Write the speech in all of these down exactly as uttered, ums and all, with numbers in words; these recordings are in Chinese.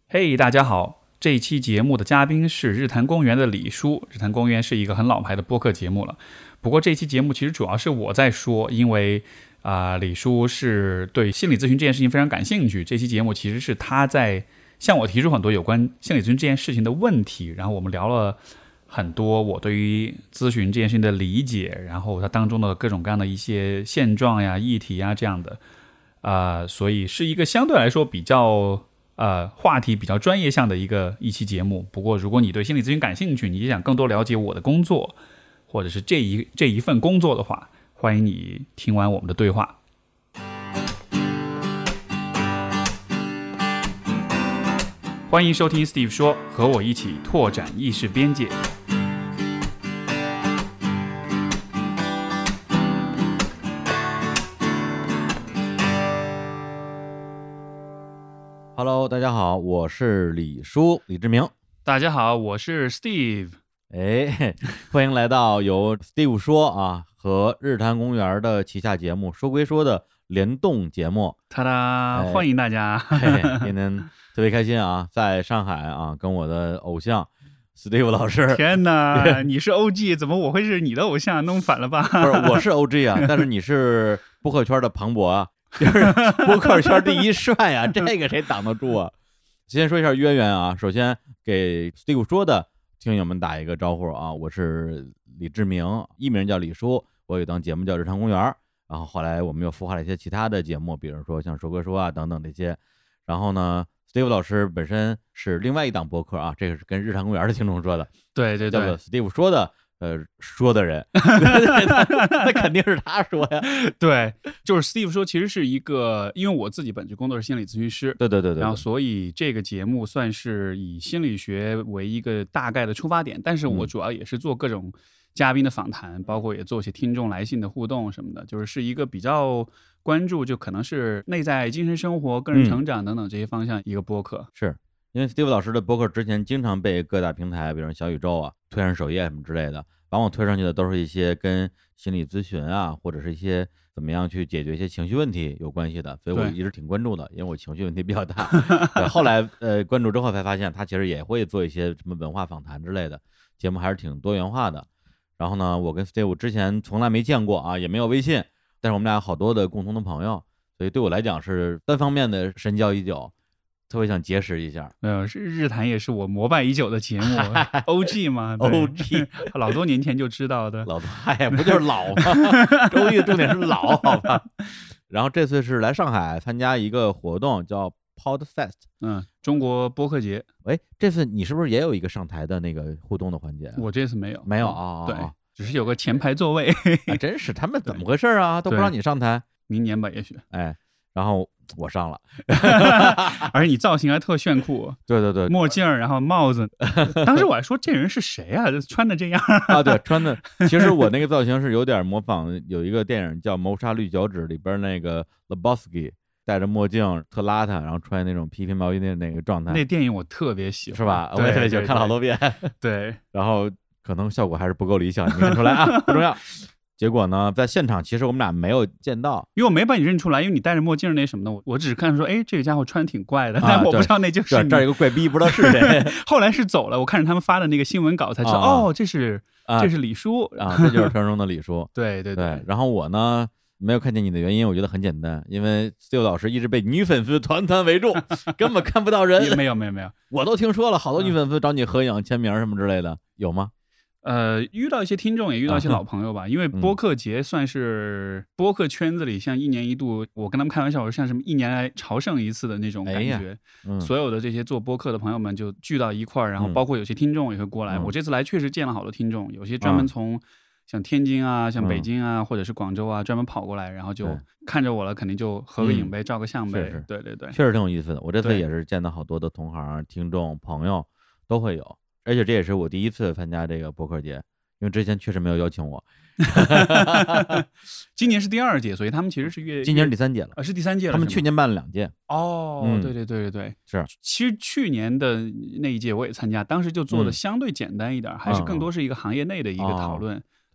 嘿、hey, 大家好，这一期节目的嘉宾是日坛公园的李叔。日坛公园是一个很老牌的播客节目了，不过这期节目其实主要是我在说，因为啊、呃，李叔是对心理咨询这件事情非常感兴趣。这期节目其实是他在向我提出很多有关心理咨询这件事情的问题，然后我们聊了很多我对于咨询这件事情的理解，然后它当中的各种各样的一些现状呀、议题呀这样的，啊、呃，所以是一个相对来说比较。呃，话题比较专业向的一个一期节目。不过，如果你对心理咨询感兴趣，你也想更多了解我的工作，或者是这一这一份工作的话，欢迎你听完我们的对话。欢迎收听 Steve 说，和我一起拓展意识边界。 Hello， 大家好，我是李叔，李志明。 大家好，我是 Steve。 哎，欢迎来到由 Steve 说啊和日坛公园的旗下节目说归说的联动节目。 ta da，哎、欢迎大家。 今天特别开心啊，在上海啊，跟我的偶像 Steve 老师。 天哪，你是 O G， 怎么我会是你的偶像？弄反了吧？ 不是，我是 O G 啊，但是你是播客圈的庞博啊。就是播客圈第一帅啊，这个谁挡得住啊？先说一下渊源啊，首先给 Steve 说的听友们打一个招呼啊，我是李志明，艺名叫李叔，我有一档节目叫日坛公园，然后后来我们又孵化了一些其他的节目，比如说像说归说啊等等这些。然后呢 ，Steve 老师本身是另外一档播客啊，这个是跟日坛公园的听众说的， 对对对， 叫做 Steve 说的。呃，说的人，那肯定是他说呀。 对，就是 Steve 说，其实是一个，因为我自己本职工作是心理咨询师， 对对对 对, 对， 然后所以这个节目算是以心理学为一个大概的出发点，但是我主要也是做各种嘉宾的访谈，嗯、包括也做一些听众来信的互动什么的，就是是一个比较关注，就可能是内在精神生活、个人成长等等这些方向一个播客。 嗯、是。因为 Steve 老师的播客之前经常被各大平台，比如小宇宙啊推上首页什么之类的，往往推上去的都是一些跟心理咨询啊，或者是一些怎么样去解决一些情绪问题有关系的，所以我一直挺关注的，因为我情绪问题比较大。对，后来呃关注之后才发现，他其实也会做一些什么文化访谈之类的节目，还是挺多元化的。然后呢，我跟 Steve 之前从来没见过啊，也没有微信，但是我们俩有好多的共同的朋友，所以对我来讲是单方面的深交已久。特别想结识一下， 呃，日坛也是我膜拜已久的节目，O G 嘛 ，O G， 老多年前就知道的， 老多，哎，不就是老吗？周一的重点是老，好吧？然后这次是来上海参加一个活动，叫 Podfest， 嗯，中国播客节。 哎，这次你是不是也有一个上台的那个互动的环节？ 我这次没有， 没有啊、哦， 对，只是有个前排座位。 啊、真是他们怎么回事啊？都不让你上台， 明年吧，也许。 哎。然后我上了， 而且你造型还特炫酷， 对对对， 墨镜然后帽子，当时我还说这人是谁啊？穿的这样啊？对，穿的。其实我那个造型是有点模仿，有一个电影叫《谋杀绿脚趾》里边那个 Lebowski 戴着墨镜特邋遢，然后穿那种皮皮毛衣的那个状态。 那电影我特别喜欢， 是吧？我也特别喜欢，看了好多遍。 对， 然后可能效果还是不够理想，你看出来啊？不重要。结果呢，在现场其实我们俩没有见到， 因为我没把你认出来，因为你戴着墨镜那什么的，我我只是看说，哎，这个家伙穿挺怪的，但我不知道那就是你。 这儿有个怪逼，不知道是谁。 后来是走了，我看着他们发的那个新闻稿才知道，啊、哦，这是、啊、这是李叔啊，这就是传说中的李叔。 对对对, 对。 然后我呢没有看见你的原因，我觉得很简单，因为 Steve 老师一直被女粉丝团团围住，根本看不到人。 没有没有没有， 我都听说了，好多女粉丝找你合影、签名什么之类的，有吗？ 呃，遇到一些听众，也遇到一些老朋友吧。啊、因为播客节算是播客圈子里像一年一度，我跟他们开玩笑，我说像什么一年来朝圣一次的那种感觉。哎嗯、所有的这些做播客的朋友们就聚到一块儿，然后包括有些听众也会过来。嗯、我这次来确实见了好多听众，有些专门从像天津啊、像北京啊，嗯、或者是广州啊，专门跑过来，然后就看着我了，肯定就合个影呗，嗯、照个相呗。 是对对对， 确实挺有意思的。我这次也是见到好多的同行、听众、朋友都会有。而且这也是我第一次参加这个播客节，因为之前确实没有邀请我。 今年是第二届，所以他们其实是越今年是第三届了啊，是第三届了。 他们去年办了两届。 哦，嗯、对对对对对， 是。 其实去年的那一届我也参加，当时就做的相对简单一点，嗯、还是更多是一个行业内的一个讨论。哦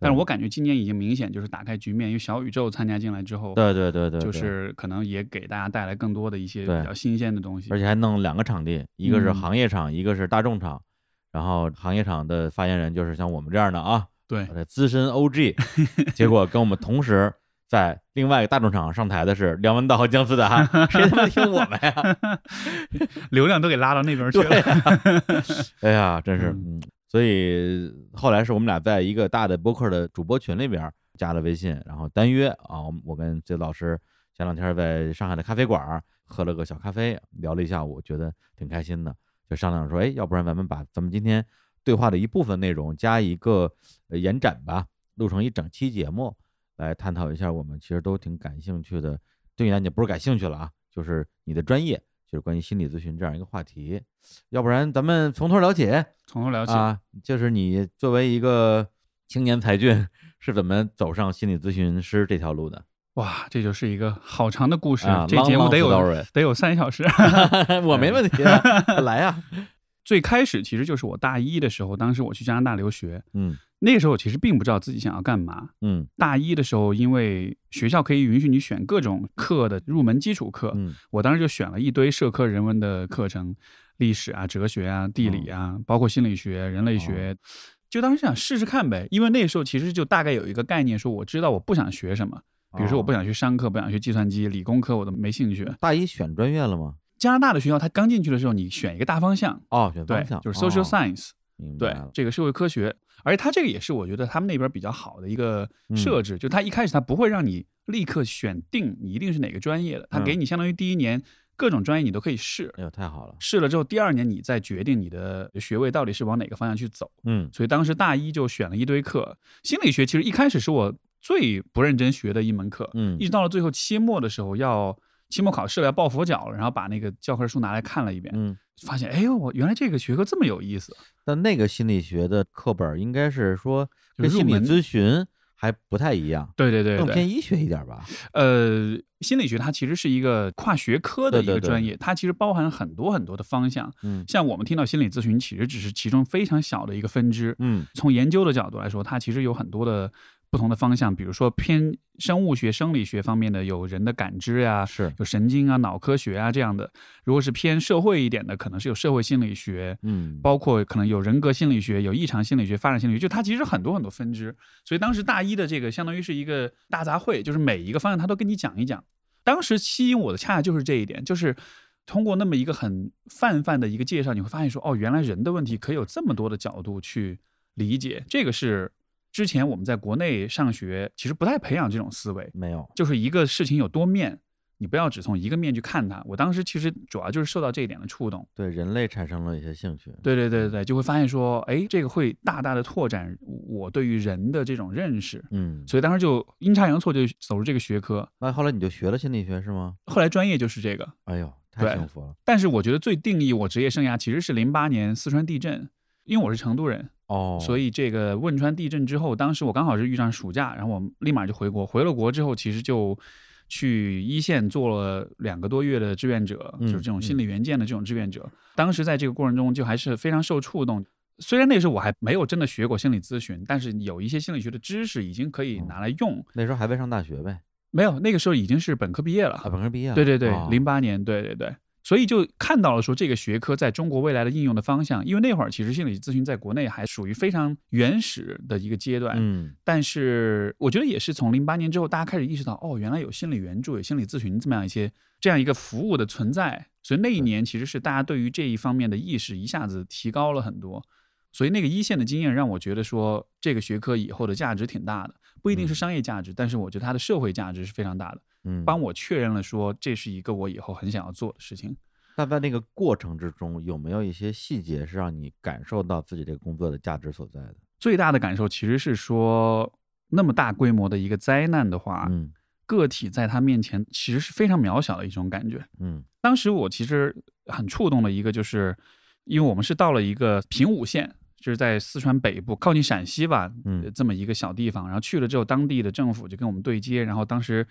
但是我感觉今年已经明显就是打开局面，因为小宇宙参加进来之后， 对对对对， 就是可能也给大家带来更多的一些比较新鲜的东西， 而且还弄两个场地，一个是行业场，嗯、一个是大众场。然后行业场的发言人就是像我们这样的啊， 对， 资深 O G， 结果跟我们同时在另外一个大众场上台的是梁文道和姜思达，谁他妈听我们呀？ 流量都给拉到那边去了。 哎呀，真是，嗯，所以后来是我们俩在一个大的播客的主播群里边加了微信，然后单约啊，我跟这老师前两天在上海的咖啡馆喝了个小咖啡，聊了一下午，觉得挺开心的。就商量说，哎，要不然咱们把咱们今天对话的一部分内容加一个延展吧，录成一整期节目，来探讨一下我们其实都挺感兴趣的。对你来讲不是感兴趣了啊，就是你的专业，就是关于心理咨询这样一个话题。要不然咱们从头了解， 从头了解啊，就是你作为一个青年才俊，是怎么走上心理咨询师这条路的？ 哇，这就是一个好长的故事， 啊、 这节目得有 long, long 得有三小时。 我没问题、啊，来呀、啊！ 最开始其实就是我大一的时候，当时我去加拿大留学， 嗯， 那个时候我其实并不知道自己想要干嘛， 嗯， 大一的时候，因为学校可以允许你选各种课的入门基础课， 嗯， 我当时就选了一堆社科人文的课程，历史啊、哲学啊、地理啊，嗯、包括心理学、人类学。哦，就当时想试试看呗，因为那个时候其实就大概有一个概念，说我知道我不想学什么。比如说我不想学商科，不想学计算机，理工科我都没兴趣。 大一选专业了吗？ 加拿大的学校，他刚进去的时候，你选一个大方向。 哦，选方向， 对，就是 social science，、 哦、 对，这个社会科学。而且他这个也是我觉得他们那边比较好的一个设置，嗯、就他一开始他不会让你立刻选定你一定是哪个专业的，他给你相当于第一年各种专业你都可以试。 哎呦，太好了！ 试了之后，第二年你再决定你的学位到底是往哪个方向去走。 嗯， 所以当时大一就选了一堆课，心理学其实一开始是我最不认真学的一门课， 嗯， 一直到了最后期末的时候，要期末考试了，要抱佛脚了，然后把那个教科书拿来看了一遍， 嗯， 发现哎呦，我原来这个学科这么有意思。 但那个心理学的课本应该是说跟心理咨询还不太一样， 对对对， 更偏医学一点吧。 呃，心理学它其实是一个跨学科的一个专业， 对对对， 它其实包含很多很多的方向。 嗯， 像我们听到心理咨询，其实只是其中非常小的一个分支。 嗯， 从研究的角度来说，它其实有很多的不同的方向，比如说偏生物学、生理学方面的，有人的感知呀， 是有神经啊、脑科学啊这样的；如果是偏社会一点的，可能是有社会心理学， 嗯， 包括可能有人格心理学、有异常心理学、发展心理学，就它其实很多很多分支。所以当时大一的这个相当于是一个大杂烩，就是每一个方向他都跟你讲一讲。当时吸引我的恰恰就是这一点，就是通过那么一个很泛泛的一个介绍，你会发现说，哦，原来人的问题可以有这么多的角度去理解，这个是之前我们在国内上学其实不太培养这种思维， 没有， 就是一个事情有多面，你不要只从一个面去看它。我当时其实主要就是受到这一点的触动， 对人类产生了一些兴趣。 对对对对，就会发现说，哎，这个会大大的拓展我对于人的这种认识。 嗯， 所以当时就阴差阳错就走入这个学科。 那后来你就学了心理学是吗？ 后来专业就是这个。 哎呦，太幸福了。 但是我觉得最定义我职业生涯其实是零八年四川地震，因为我是成都人。 哦， 所以这个汶川地震之后，当时我刚好是遇上暑假，然后我立马就回国。回了国之后，其实就去一线做了两个多月的志愿者， 嗯、 就是这种心理援建的这种志愿者。嗯、当时在这个过程中，就还是非常受触动。虽然那时候我还没有真的学过心理咨询，但是有一些心理学的知识已经可以拿来用。 哦、那时候还在上大学呗？ 没有，那个时候已经是本科毕业了。 啊，本科毕业了。 对对对，零、 哦、 八年，对对对。所以就看到了说这个学科在中国未来的应用的方向，因为那会儿其实心理咨询在国内还属于非常原始的一个阶段， 嗯， 但是我觉得也是从零八年之后，大家开始意识到，哦，原来有心理援助、有心理咨询这么样一些这样一个服务的存在，所以那一年其实是大家对于这一方面的意识一下子提高了很多。所以那个一线的经验让我觉得说这个学科以后的价值挺大的，不一定是商业价值，嗯、但是我觉得它的社会价值是非常大的。 嗯， 帮我确认了说这是一个我以后很想要做的事情。 那在那个过程之中，有没有一些细节是让你感受到自己这个工作的价值所在的？ 最大的感受其实是说，那么大规模的一个灾难的话， 嗯， 个体在他面前其实是非常渺小的一种感觉。 嗯， 当时我其实很触动的一个就是，因为我们是到了一个平武县。就是在四川北部靠近陕西吧， 嗯， 这么一个小地方，然后去了之后，当地的政府就跟我们对接，然后当时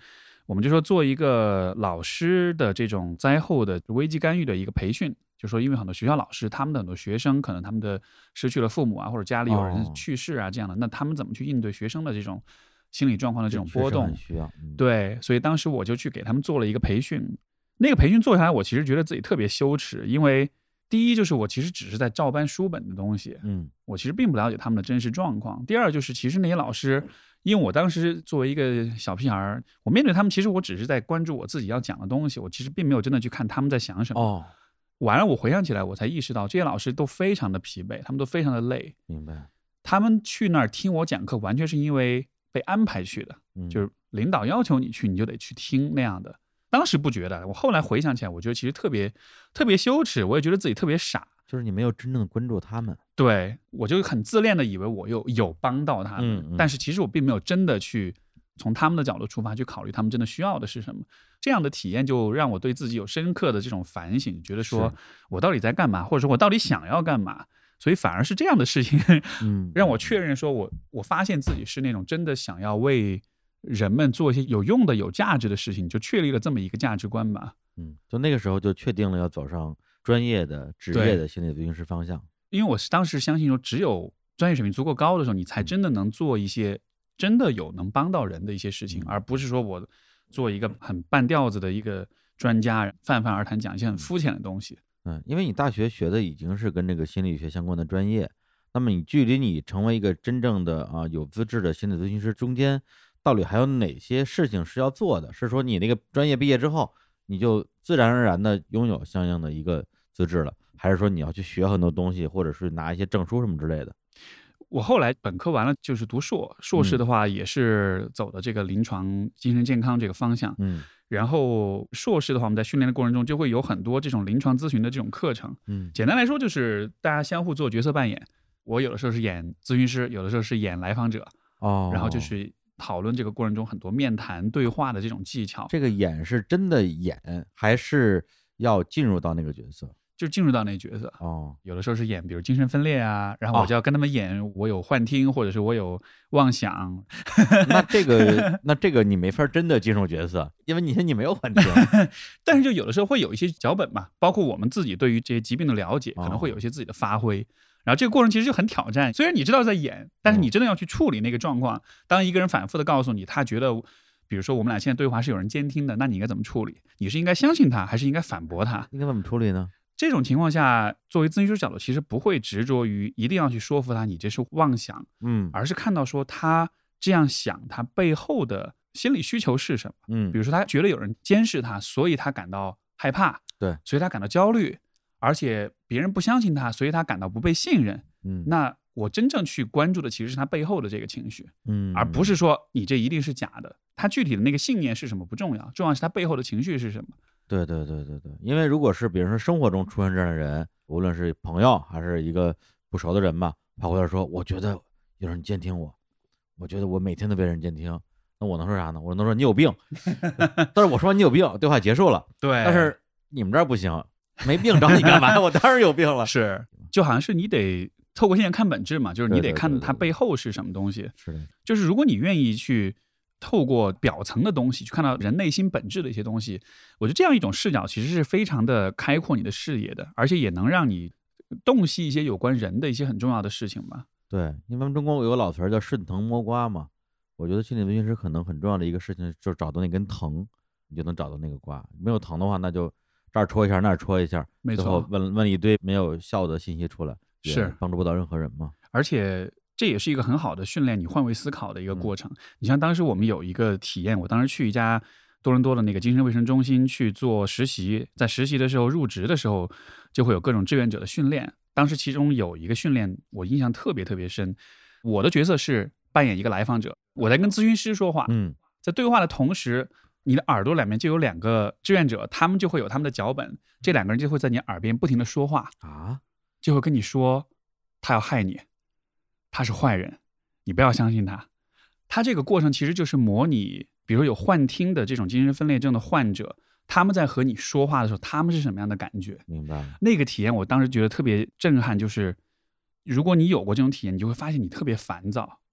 我们就说做一个老师的这种灾后的危机干预的一个培训，就说因为很多学校老师他们的很多学生可能他们的失去了父母啊，或者家里有人去世啊这样的，那他们怎么去应对学生的这种心理状况的这种波动？ 需要、嗯、 对，所以当时我就去给他们做了一个培训。那个培训做下来，我其实觉得自己特别羞耻，因为第一就是我其实只是在照搬书本的东西， 嗯， 我其实并不了解他们的真实状况。第二就是其实那些老师，因为我当时作为一个小屁孩，我面对他们，其实我只是在关注我自己要讲的东西，我其实并没有真的去看他们在想什么。 哦， 完了，我回想起来，我才意识到这些老师都非常的疲惫，他们都非常的累。 明白。 他们去那儿听我讲课，完全是因为被安排去的， 嗯、 就是领导要求你去，你就得去听那样的。当时不觉得，我后来回想起来，我觉得其实特别特别羞耻，我也觉得自己特别傻， 就是你没有真正的关注他们。 对，我就很自恋的以为我有有帮到他们、 嗯嗯、 但是其实我并没有真的去从他们的角度出发去考虑他们真的需要的是什么。这样的体验就让我对自己有深刻的这种反省，觉得说我到底在干嘛，或者说我到底想要干嘛。所以反而是这样的事情嗯， 让我确认说我我发现自己是那种真的想要为人们做一些有用的有价值的事情，就确立了这么一个价值观吧。 嗯，就那个时候就确定了要走上专业的职业的心理咨询师方向。 因为我是当时相信说，只有专业水平足够高的时候，你才真的能做一些真的有能帮到人的一些事情，而不是说我做一个很半吊子的一个专家，泛泛而谈，讲一些很肤浅的东西。 嗯，因为你大学学的已经是跟这个心理学相关的专业，那么你距离你成为一个真正的啊有资质的心理咨询师中间，到底还有哪些事情是要做的？是说你那个专业毕业之后，你就自然而然的拥有相应的一个资质了，还是说你要去学很多东西，或者是拿一些证书什么之类的？ 我后来本科完了就是读硕，硕士的话也是走的这个临床精神健康这个方向。 嗯， 然后硕士的话，我们在训练的过程中就会有很多这种临床咨询的这种课程。 嗯， 简单来说就是大家相互做角色扮演，我有的时候是演咨询师，有的时候是演来访者。 哦， 然后就是讨论这个过程中很多面谈对话的这种技巧。 这个演是真的演，还是要进入到那个角色？ 就进入到那个角色。 哦， 有的时候是演比如精神分裂啊，然后我就要跟他们演我有幻听、哦、或者是我有妄想。 那这个那这个你没法真的进入角色，因为你你没有幻听。 但是就有的时候会有一些脚本嘛，包括我们自己对于这些疾病的了解， 哦、 可能会有一些自己的发挥。然后这个过程其实就很挑战，虽然你知道在演，但是你真的要去处理那个状况。当一个人反复的告诉你他觉得比如说我们俩现在对话是有人监听的，那你应该怎么处理？你是应该相信他还是应该反驳他？ 应该怎么处理呢？ 这种情况下，作为咨询师角度，其实不会执着于一定要去说服他你这是妄想， 嗯， 而是看到说他这样想他背后的心理需求是什么。 嗯， 比如说他觉得有人监视他，所以他感到害怕， 对， 所以他感到焦虑，而且别人不相信他，所以他感到不被信任。 嗯， 那我真正去关注的其实是他背后的这个情绪， 嗯， 而不是说你这一定是假的。他具体的那个信念是什么不重要，重要是他背后的情绪是什么。 对对对对对，因为如果是比如说生活中出现这样的人，无论是朋友还是一个不熟的人吧，跑过来说我觉得有人监听我，我觉得我每天都被人监听，那我能说啥呢？我能说你有病。但是我说你有病，对话结束了。 对， 但是你们这儿不行，没病找你干嘛？我当然有病了。 是，就好像是你得透过现象看本质嘛，就是你得看它背后是什么东西。 对对对对，是的， 就是如果你愿意去透过表层的东西去看到人内心本质的一些东西，我觉得这样一种视角其实是非常的开阔你的视野的，而且也能让你洞悉一些有关人的一些很重要的事情吧。 对，因为咱们中国有个老词儿叫顺藤摸瓜嘛，我觉得心理咨询师可能很重要的一个事情就是找到那根藤，你就能找到那个瓜。没有藤的话，那就这儿戳一下那儿戳一下， 没错， 最后问问一堆没有效的信息出来， 是帮助不到任何人嘛。 而且这也是一个很好的训练你换位思考的一个过程。 嗯、 你像当时我们有一个体验，我当时去一家多伦多的那个精神卫生中心去做实习，在实习的时候入职的时候就会有各种志愿者的训练。当时其中有一个训练我印象特别特别深，我的角色是扮演一个来访者，我在跟咨询师说话， 嗯， 在对话的同时，你的耳朵里面就有两个志愿者，他们就会有他们的脚本，这两个人就会在你耳边不停的说话啊， 就会跟你说他要害你，他是坏人，你不要相信他。他这个过程其实就是模拟，比如有幻听的这种精神分裂症的患者，他们在和你说话的时候，他们是什么样的感觉？ 明白了。 那个体验我当时觉得特别震撼，就是如果你有过这种体验，你就会发现你特别烦躁，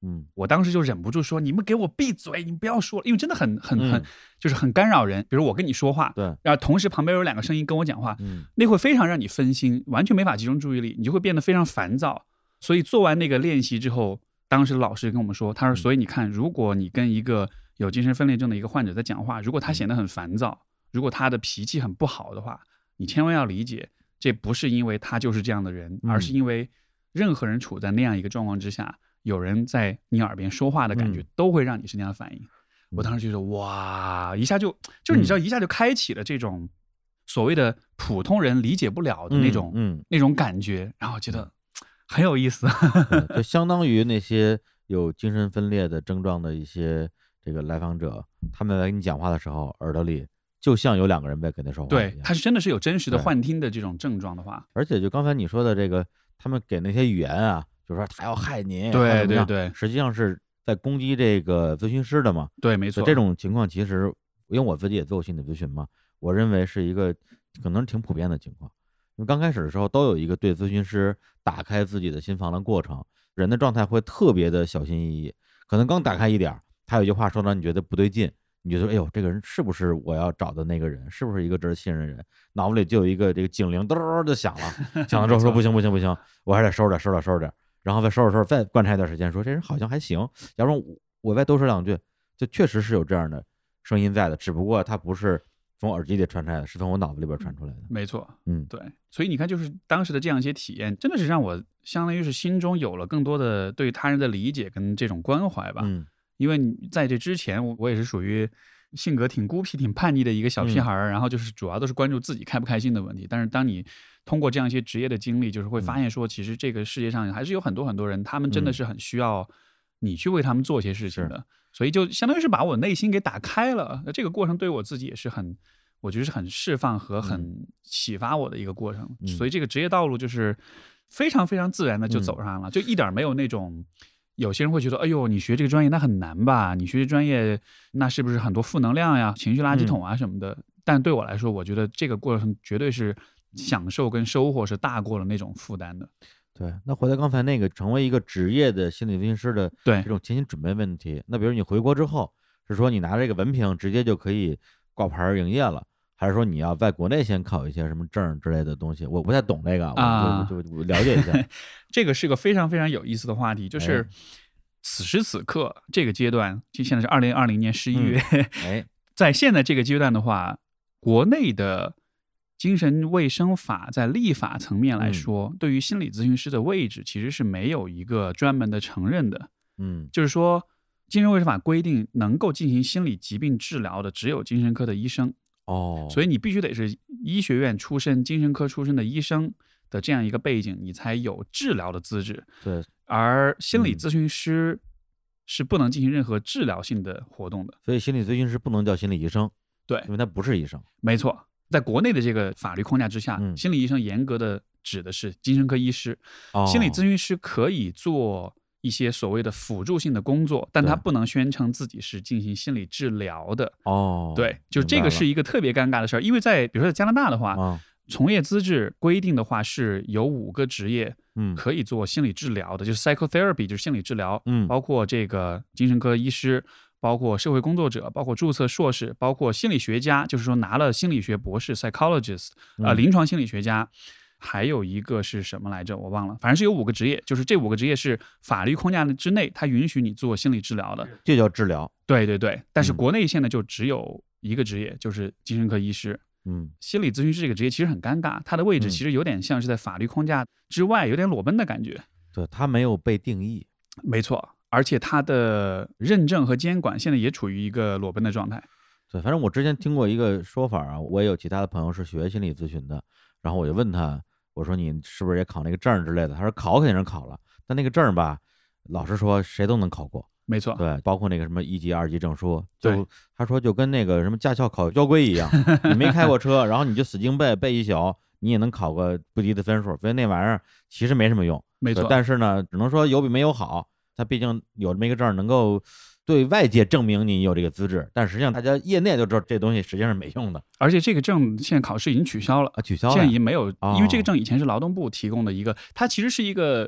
嗯， 我当时就忍不住说：“你们给我闭嘴，你们不要说了。”因为真的很很很、 嗯， 就是很干扰人。比如我跟你说话， 对， 然后同时旁边有两个声音跟我讲话， 嗯那会非常让你分心，完全没法集中注意力，你就会变得非常烦躁。所以做完那个练习之后，当时老师跟我们说，他说：“所以你看，如果你跟一个有精神分裂症的一个患者在讲话，如果他显得很烦躁，如果他的脾气很不好的话，你千万要理解，这不是因为他就是这样的人，而是因为任何人处在那样一个状况之下，有人在你耳边说话的感觉， 嗯都会让你是那样的反应。”我当时觉得哇，一下就就是你知道，一下就开启了这种所谓的普通人理解不了的那种、 嗯嗯那种感觉，然后觉得很有意思。 对就相当于那些有精神分裂的症状的一些这个来访者，他们来跟你讲话的时候，耳朵里就像有两个人在跟他说话一样。 对，他是真的是有真实的对幻听的这种症状的话， 而且就刚才你说的这个，他们给那些语言啊，就说他要害你，他对怎么样对对实际上是在攻击这个咨询师的嘛。 对，没错， 所以这种情况其实，因为我自己也做过心理咨询嘛，我认为是一个可能挺普遍的情况。因为刚开始的时候都有一个对咨询师打开自己的心房的过程，人的状态会特别的小心翼翼，可能刚打开一点儿，他有一句话说到你觉得不对劲，你觉得哎呦这个人是不是我要找的那个人，是不是一个值得信任的人，脑子里就有一个这个警铃咚就响了，响了之后说不行不行不行，我还得收着收着收着，然后再收拾收拾，再观察一段时间，说这人好像还行，要不然我再多说两句，就确实是有这样的声音在的，只不过它不是从耳机里传出来的，是从我脑子里边传出来的。 没错， 嗯， 对，所以你看，就是当时的这样一些体验，真的是让我相当于是心中有了更多的对他人的理解跟这种关怀吧。 嗯， 因为你在这之前，我我也是属于性格挺孤僻、挺叛逆的一个小屁孩儿、嗯，然后就是主要都是关注自己开不开心的问题。但是当你通过这样一些职业的经历，就是会发现说，其实这个世界上还是有很多很多人，他们真的是很需要你去为他们做一些事情的。嗯、所以就相当于是把我内心给打开了。那这个过程对我自己也是很，我觉得是很释放和很启发我的一个过程。嗯、所以这个职业道路就是非常非常自然的就走上了，嗯、就一点没有那种。有些人会觉得，哎呦，你学这个专业那很难吧？你学这专业那是不是很多负能量呀、情绪垃圾桶啊什么的？嗯、但对我来说，我觉得这个过程绝对是享受跟收获是大过了那种负担的。 对，那回到刚才那个成为一个职业的心理咨询师的这种前期准备问题，那比如你回国之后，是说你拿这个文凭直接就可以挂牌营业了？还是说你要在国内先考一些什么证之类的东西？我不太懂这个， 啊、 我就就了解一下。 这个是个非常非常有意思的话题，就是此时此刻这个阶段，就现在是二零二零年十一月， 嗯、哎， 在现在这个阶段的话，国内的精神卫生法在立法层面来说， 嗯、 对于心理咨询师的位置其实是没有一个专门的承认的。 嗯， 就是说，精神卫生法规定能够进行心理疾病治疗的只有精神科的医生。 哦， 所以你必须得是医学院出身、精神科出身的医生的这样一个背景，你才有治疗的资质。 对， 而心理咨询师是不能进行任何治疗性的活动的。 所以心理咨询师不能叫心理医生， 对， 因为他不是医生。 没错，在国内的这个法律框架之下， 嗯、 心理医生严格的指的是精神科医师， 哦、 心理咨询师可以做一些所谓的辅助性的工作，但他不能宣称自己是进行心理治疗的。 哦， 对，就这个是一个特别尴尬的事儿，因为在比如说在加拿大的话， 哦、 从业资质规定的话是有五个职业可以做心理治疗的，嗯、就是 psychotherapy 就是心理治疗， 嗯， 包括这个精神科医师，包括社会工作者，包括注册硕士，包括心理学家，就是说拿了心理学博士 psychologist 啊、呃，临床心理学家。还有一个是什么来着？我忘了，反正是有五个职业，就是这五个职业是法律框架之内，它允许你做心理治疗的， 这叫治疗。 对对对，但是国内现在就只有一个职业，嗯、就是精神科医师。 嗯， 心理咨询师这个职业其实很尴尬，它的位置其实有点像是在法律框架之外，有点裸奔的感觉。 对，它没有被定义。 没错，而且它的认证和监管现在也处于一个裸奔的状态。 对，反正我之前听过一个说法啊，我也有其他的朋友是学心理咨询的，然后我就问他。我说你是不是也考那个证之类的？他说考肯定是考了，但那个证吧，老实说谁都能考过。 没错， 对，包括那个什么一级、二级证书，就他说就跟那个什么驾校考交规一样，你没开过车，然后你就死记背背一宿，你也能考个不低的分数。所以那玩意儿其实没什么用， 没错。 但是呢，只能说有比没有好。他毕竟有这么一个证，能够对外界证明你有这个资质，但实际上大家业内就知道这东西实际上是没用的。 而且这个证现在考试已经取消了啊，取消了， 现在已经没有， 哦、 因为这个证以前是劳动部提供的一个，它其实是一个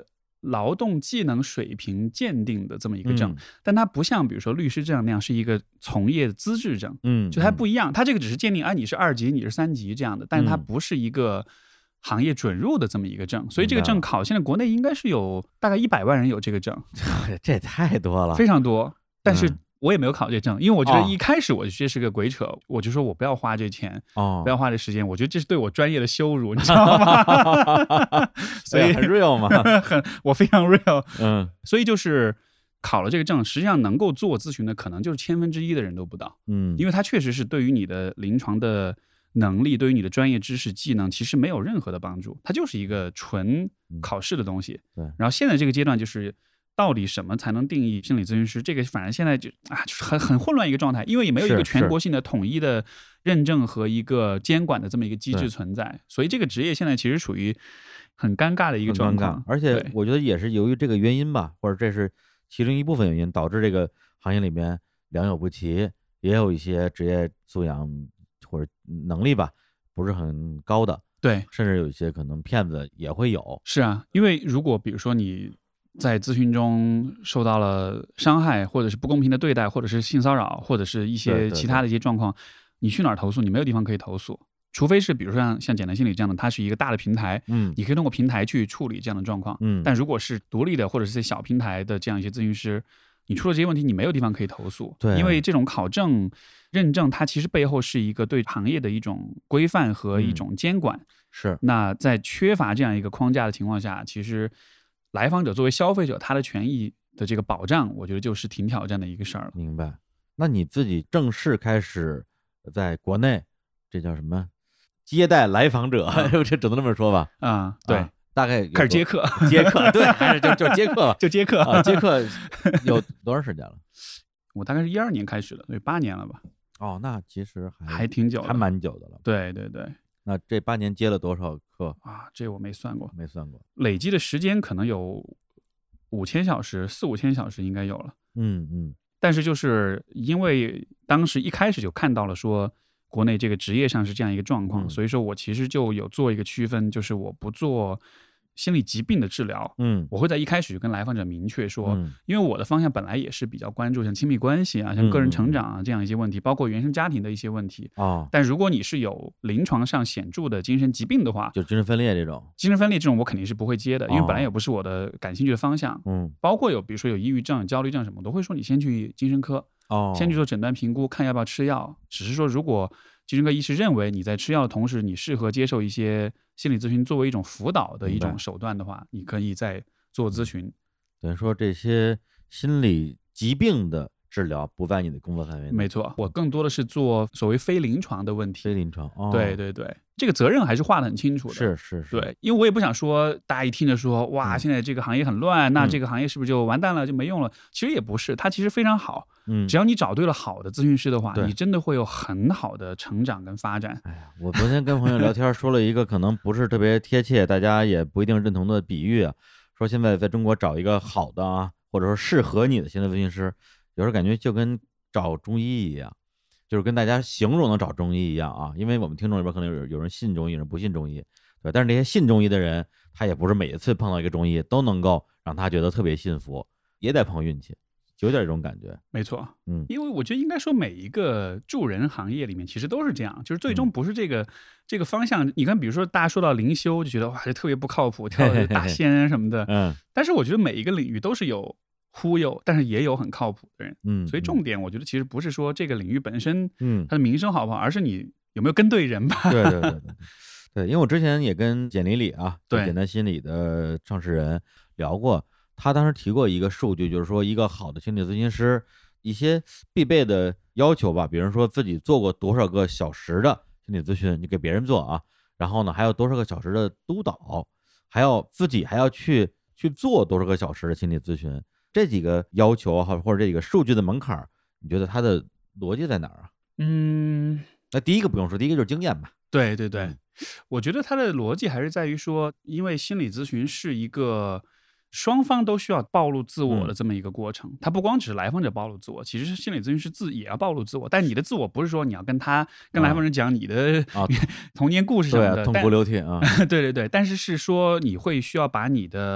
劳动技能水平鉴定的这么一个证， 嗯、 但它不像比如说律师证那样是一个从业资质证， 嗯， 就它不一样，它这个只是鉴定，啊，你是二级，你是三级这样的，但是它嗯不是一个行业准入的这么一个证，所以这个证考现在国内应该是有大概一百万人有这个证， 这也太多了， 非常多，但是。 嗯我也没有考这证，因为我觉得一开始我就这是个鬼扯，哦、我就说我不要花这钱， 哦， 不要花这时间，我觉得这是对我专业的羞辱，你知道吗？所以很 real 嘛， 很我非常 real， 嗯， 所以就是考了这个证，实际上能够做咨询的可能就是千分之一的人都不到， 嗯， 因为它确实是对于你的临床的能力，对于你的专业知识技能，其实没有任何的帮助，它就是一个纯考试的东西。 对， 然后现在这个阶段就是。到底什么才能定义心理咨询师？这个反正现在就啊，就是很很混乱一个状态，因为也没有一个全国性的统一的认证和一个监管的这么一个机制存在，所以这个职业现在其实属于很尴尬的一个状况。 而且我觉得也是由于这个原因吧，或者这是其中一部分原因，导致这个行业里面良莠不齐，也有一些职业素养或者能力吧不是很高的， 对， 甚至有一些可能骗子也会有。 是啊，因为如果比如说你。在咨询中受到了伤害，或者是不公平的对待，或者是性骚扰，或者是一些其他的一些状况，对对对，你去哪儿投诉？你没有地方可以投诉，除非是比如说像像简单心理这样的，它是一个大的平台， 嗯， 你可以通过平台去处理这样的状况， 嗯， 但如果是独立的或者是小平台的这样一些咨询师，你出了这些问题，你没有地方可以投诉， 对， 因为这种考证认证，它其实背后是一个对行业的一种规范和一种监管， 嗯、是。 那在缺乏这样一个框架的情况下，其实。来访者作为消费者，他的权益的这个保障，我觉得就是挺挑战的一个事儿了。 明白。那你自己正式开始在国内，这叫什么？接待来访者，这只能这么说吧？ 啊，对， 啊、大概开始接客， 接客，对，还是就就接客， 就接客啊，接客有多长时间了？ 我大概是一二年开始的，所以八年了吧？ 哦，那其实还还挺久的， 还蛮久的了。 对对对。 那这八年接了多少课啊？这我没算过， 没算过。 累积的时间可能有五千小时，四五千小时应该有了。 嗯嗯。 但是就是因为当时一开始就看到了说国内这个职业上是这样一个状况， 嗯、 所以说我其实就有做一个区分，就是我不做心理疾病的治疗， 嗯， 我会在一开始就跟来访者明确说， 嗯、 因为我的方向本来也是比较关注像亲密关系啊、像个人成长啊这样一些问题， 嗯、 包括原生家庭的一些问题哦。 但如果你是有临床上显著的精神疾病的话， 就精神分裂这种， 精神分裂这种我肯定是不会接的，因为本来也不是我的感兴趣的方向。 嗯， 包括有比如说有抑郁症、焦虑症什么，我都会说你先去精神科， 哦， 先去做诊断评估，看要不要吃药。只是说如果精神科医师认为你在吃药的同时，你适合接受一些心理咨询作为一种辅导的一种手段的话，你可以再做咨询。 等于说这些心理疾病的治疗不在你的工作范围内。 没错，我更多的是做所谓非临床的问题。 非临床，哦、 对对对，这个责任还是划得很清楚的。 是是是， 对，因为我也不想说大家一听着说哇， 嗯、 现在这个行业很乱，那这个行业是不是就完蛋了，就没用了？其实也不是，它其实非常好。 嗯， 只要你找对了好的咨询师的话，你真的会有很好的成长跟发展。 哎呀，我昨天跟朋友聊天说了一个可能不是特别贴切，大家也不一定认同的比喻啊，说现在在中国找一个好的啊，或者说适合你的心理咨询师，有时候感觉就跟找中医一样，就是跟大家形容的找中医一样啊。因为我们听众里边可能有有人信中医，有人不信中医，对，但是这些信中医的人，他也不是每一次碰到一个中医都能够让他觉得特别信服，也得碰运气。有点这种感觉， 没错， 嗯， 因为我觉得应该说每一个助人行业里面其实都是这样，就是最终不是这个、嗯、这个方向。你看，比如说大家说到灵修，就觉得哇，这特别不靠谱，跳大仙什么的， 嗯。 但是我觉得每一个领域都是有忽悠，但是也有很靠谱的人， 嗯。 所以重点我觉得其实不是说这个领域本身， 嗯， 它的名声好不好，而是你有没有跟对人吧。 对对对对对，因为我之前也跟简理理啊， 对简单心理的创始人聊过。他当时提过一个数据，就是说一个好的心理咨询师一些必备的要求吧，比如说自己做过多少个小时的心理咨询，你给别人做啊，然后呢还有多少个小时的督导，还要自己还要去去做多少个小时的心理咨询，这几个要求或者这几个数据的门槛，你觉得它的逻辑在哪儿啊？ 嗯， 那第一个不用说，第一个就是经验吧。 对对对，嗯、我觉得它的逻辑还是在于说，因为心理咨询是一个双方都需要暴露自我的这么一个过程，嗯、它不光只是来访者暴露自我，其实是心理咨询师自也要暴露自我。但你的自我不是说你要跟他跟来访人讲你的、啊、童年故事什么的， 对，痛哭流涕啊。 对对对，但是是说你会需要把你的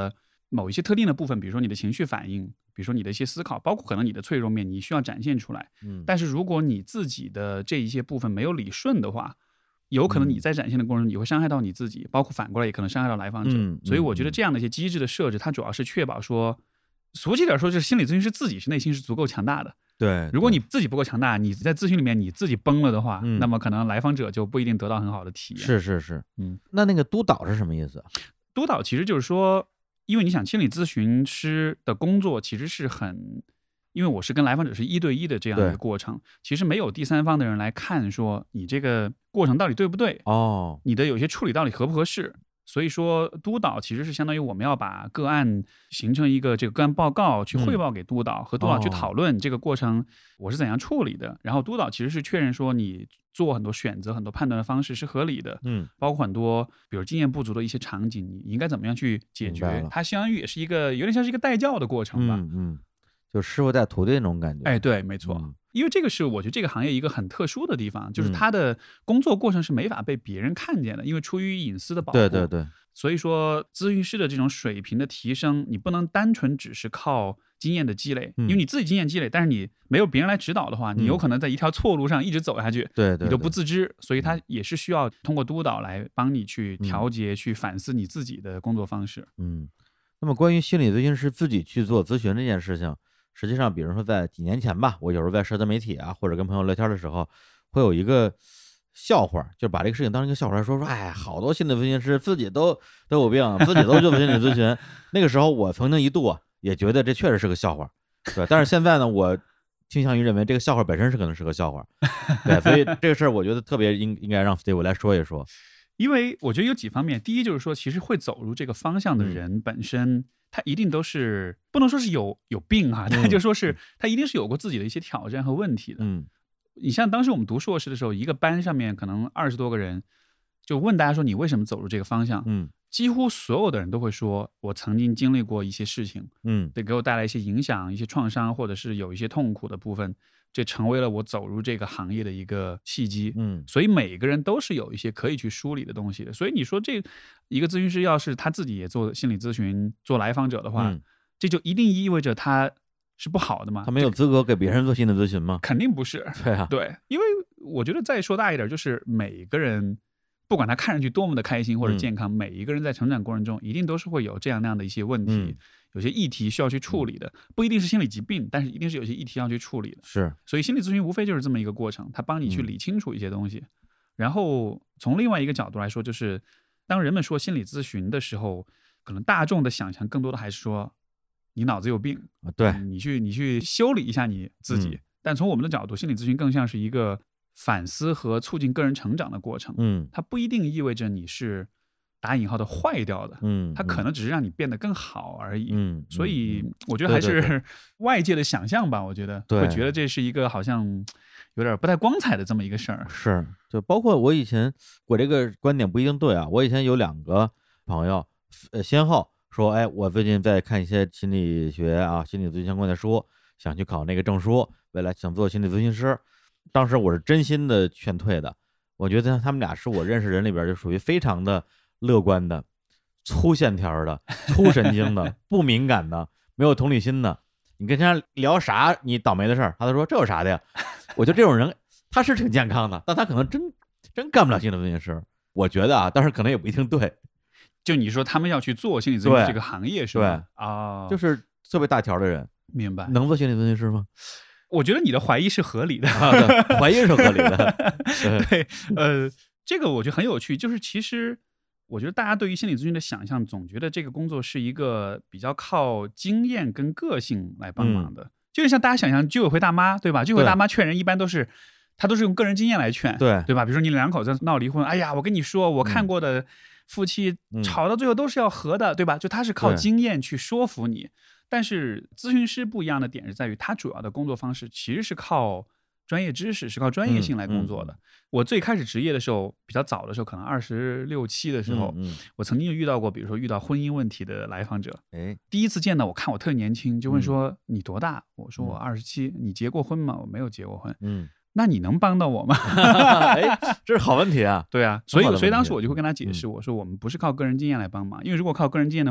某一些特定的部分，比如说你的情绪反应，比如说你的一些思考，包括可能你的脆弱面，你需要展现出来。 嗯， 但是如果你自己的这一些部分没有理顺的话，有可能你在展现的过程中，你会伤害到你自己，包括反过来也可能伤害到来访者。 嗯嗯、 所以我觉得这样的一些机制的设置，它主要是确保说，俗气点说，就是心理咨询师自己是内心是足够强大的。 对， 如果你自己不够强大，你在咨询里面你自己崩了的话， 嗯、 那么可能来访者就不一定得到很好的体验。 是是是， 嗯， 那那个督导是什么意思？ 督导其实就是说，因为你想，心理咨询师的工作其实是很。因为我是跟来访者是一对一的这样一个过程，其实没有第三方的人来看说你这个过程到底对不对哦， 你的有些处理到底合不合适。所以说督导其实是相当于我们要把个案形成一个这个个案报告去汇报给督导，嗯、和督导去讨论这个过程我是怎样处理的，然后督导其实是确认说你做很多选择很多判断的方式是合理的， 嗯， 包括很多比如经验不足的一些场景你应该怎么样去解决，它相当于也是一个有点像是一个带教的过程吧。 嗯嗯，就师傅带徒弟那种感觉。 哎，对，没错。嗯，因为这个是我觉得这个行业一个很特殊的地方，就是他的工作过程是没法被别人看见的，因为出于隐私的保护。 对对对。 所以说，咨询师的这种水平的提升，你不能单纯只是靠经验的积累， 嗯、 因为你自己经验积累，但是你没有别人来指导的话，你有可能在一条错路上一直走下去， 嗯、对, 对, 对， 你都不自知。所以他也是需要通过督导来帮你去调节、 嗯、 去反思你自己的工作方式。 嗯，那么关于心理咨询师自己去做咨询这件事情。实际上，比如说在几年前吧，我有时候在社交媒体啊，或者跟朋友聊天的时候，会有一个笑话，就把这个事情当成一个笑话来说说，哎，好多心理咨询师自己都都有病，自己都做心理咨询。那个时候，我曾经一度啊，也觉得这确实是个笑话，对。但是现在呢，我倾向于认为这个笑话本身是可能是个笑话，对。所以这个事儿，我觉得特别应应该让 Steve 来说一说。 因为我觉得有几方面，第一就是说，其实会走入这个方向的人本身。嗯，他一定都是不能说是有有病哈、啊，他就说是他一定是有过自己的一些挑战和问题的。 嗯， 你像当时我们读硕士的时候，一个班上面可能二十多个人，就问大家说你为什么走入这个方向？ 嗯， 几乎所有的人都会说，我曾经经历过一些事情， 嗯， 对，给我带来一些影响、一些创伤，或者是有一些痛苦的部分。这成为了我走入这个行业的一个契机， 嗯， 所以每个人都是有一些可以去梳理的东西的。所以你说这一个咨询师要是他自己也做心理咨询、做来访者的话， 嗯、 这就一定意味着他是不好的吗？ 他没有资格给别人做心理咨询吗？ 肯定不是。 对啊， 对，因为我觉得再说大一点，就是每个人不管他看上去多么的开心或者健康，嗯、每一个人在成长过程中一定都是会有这样那样的一些问题。 嗯， 有些议题需要去处理的，不一定是心理疾病，但是一定是有些议题要去处理的。 是， 所以心理咨询无非就是这么一个过程，它帮你去理清楚一些东西。嗯、然后从另外一个角度来说，就是当人们说心理咨询的时候，可能大众的想象更多的还是说你脑子有病， 啊、对、 嗯、你去你去修理一下你自己。 嗯、 但从我们的角度，心理咨询更像是一个反思和促进个人成长的过程。 嗯， 它不一定意味着你是打引号的坏掉的， 嗯， 它可能只是让你变得更好而已， 嗯， 所以我觉得还是外界的想象吧，我觉得会觉得这是一个好像有点不太光彩的这么一个事儿。 是，就包括我以前，我这个观点不一定对啊，我以前有两个朋友，呃，先后说，哎，我最近在看一些心理学啊、心理咨询相关的书，想去考那个证书，未来想做心理咨询师。当时我是真心的劝退的，我觉得他们俩是我认识人里边就属于非常的乐观的、粗线条的、粗神经的、不敏感的、没有同理心的。你跟他聊啥你倒霉的事儿，他都说这有啥的呀？我觉得这种人他是挺健康的，但他可能真真干不了心理咨询师。我觉得啊，但是可能也不一定对。 就你说他们要去做心理咨询这个行业是吧？ 对啊、哦，就是特别大条的人， 明白？ 能做心理咨询师吗？ 我觉得你的怀疑是合理的， 啊、怀疑是合理的。 对, 对，呃，这个我觉得很有趣，就是其实我觉得大家对于心理咨询的想象，总觉得这个工作是一个比较靠经验跟个性来帮忙的，嗯、就是像大家想象居委会大妈，对吧？居委会大妈劝人一般都是，她都是用个人经验来劝， 对对吧？比如说你两口子闹离婚，哎呀，我跟你说，我看过的夫妻吵到最后都是要和的，嗯、对吧？就他是靠经验去说服你。但是咨询师不一样的点是在于，他主要的工作方式其实是靠专业知识，是靠专业性来工作的。嗯嗯、我最开始职业的时候，比较早的时候，可能二十六七的时候， 嗯嗯、 我曾经遇到过，比如说遇到婚姻问题的来访者， 哎， 第一次见到我看我特年轻，就问说、嗯、你多大？我说我二十七，你结过婚吗？我没有结过婚。 嗯， 那你能帮到我吗？ 哎，这是好问题啊。 对啊，所以所以当时我就会跟他解释，我说我们不是靠个人经验来帮忙，因为如果靠个人经验的话，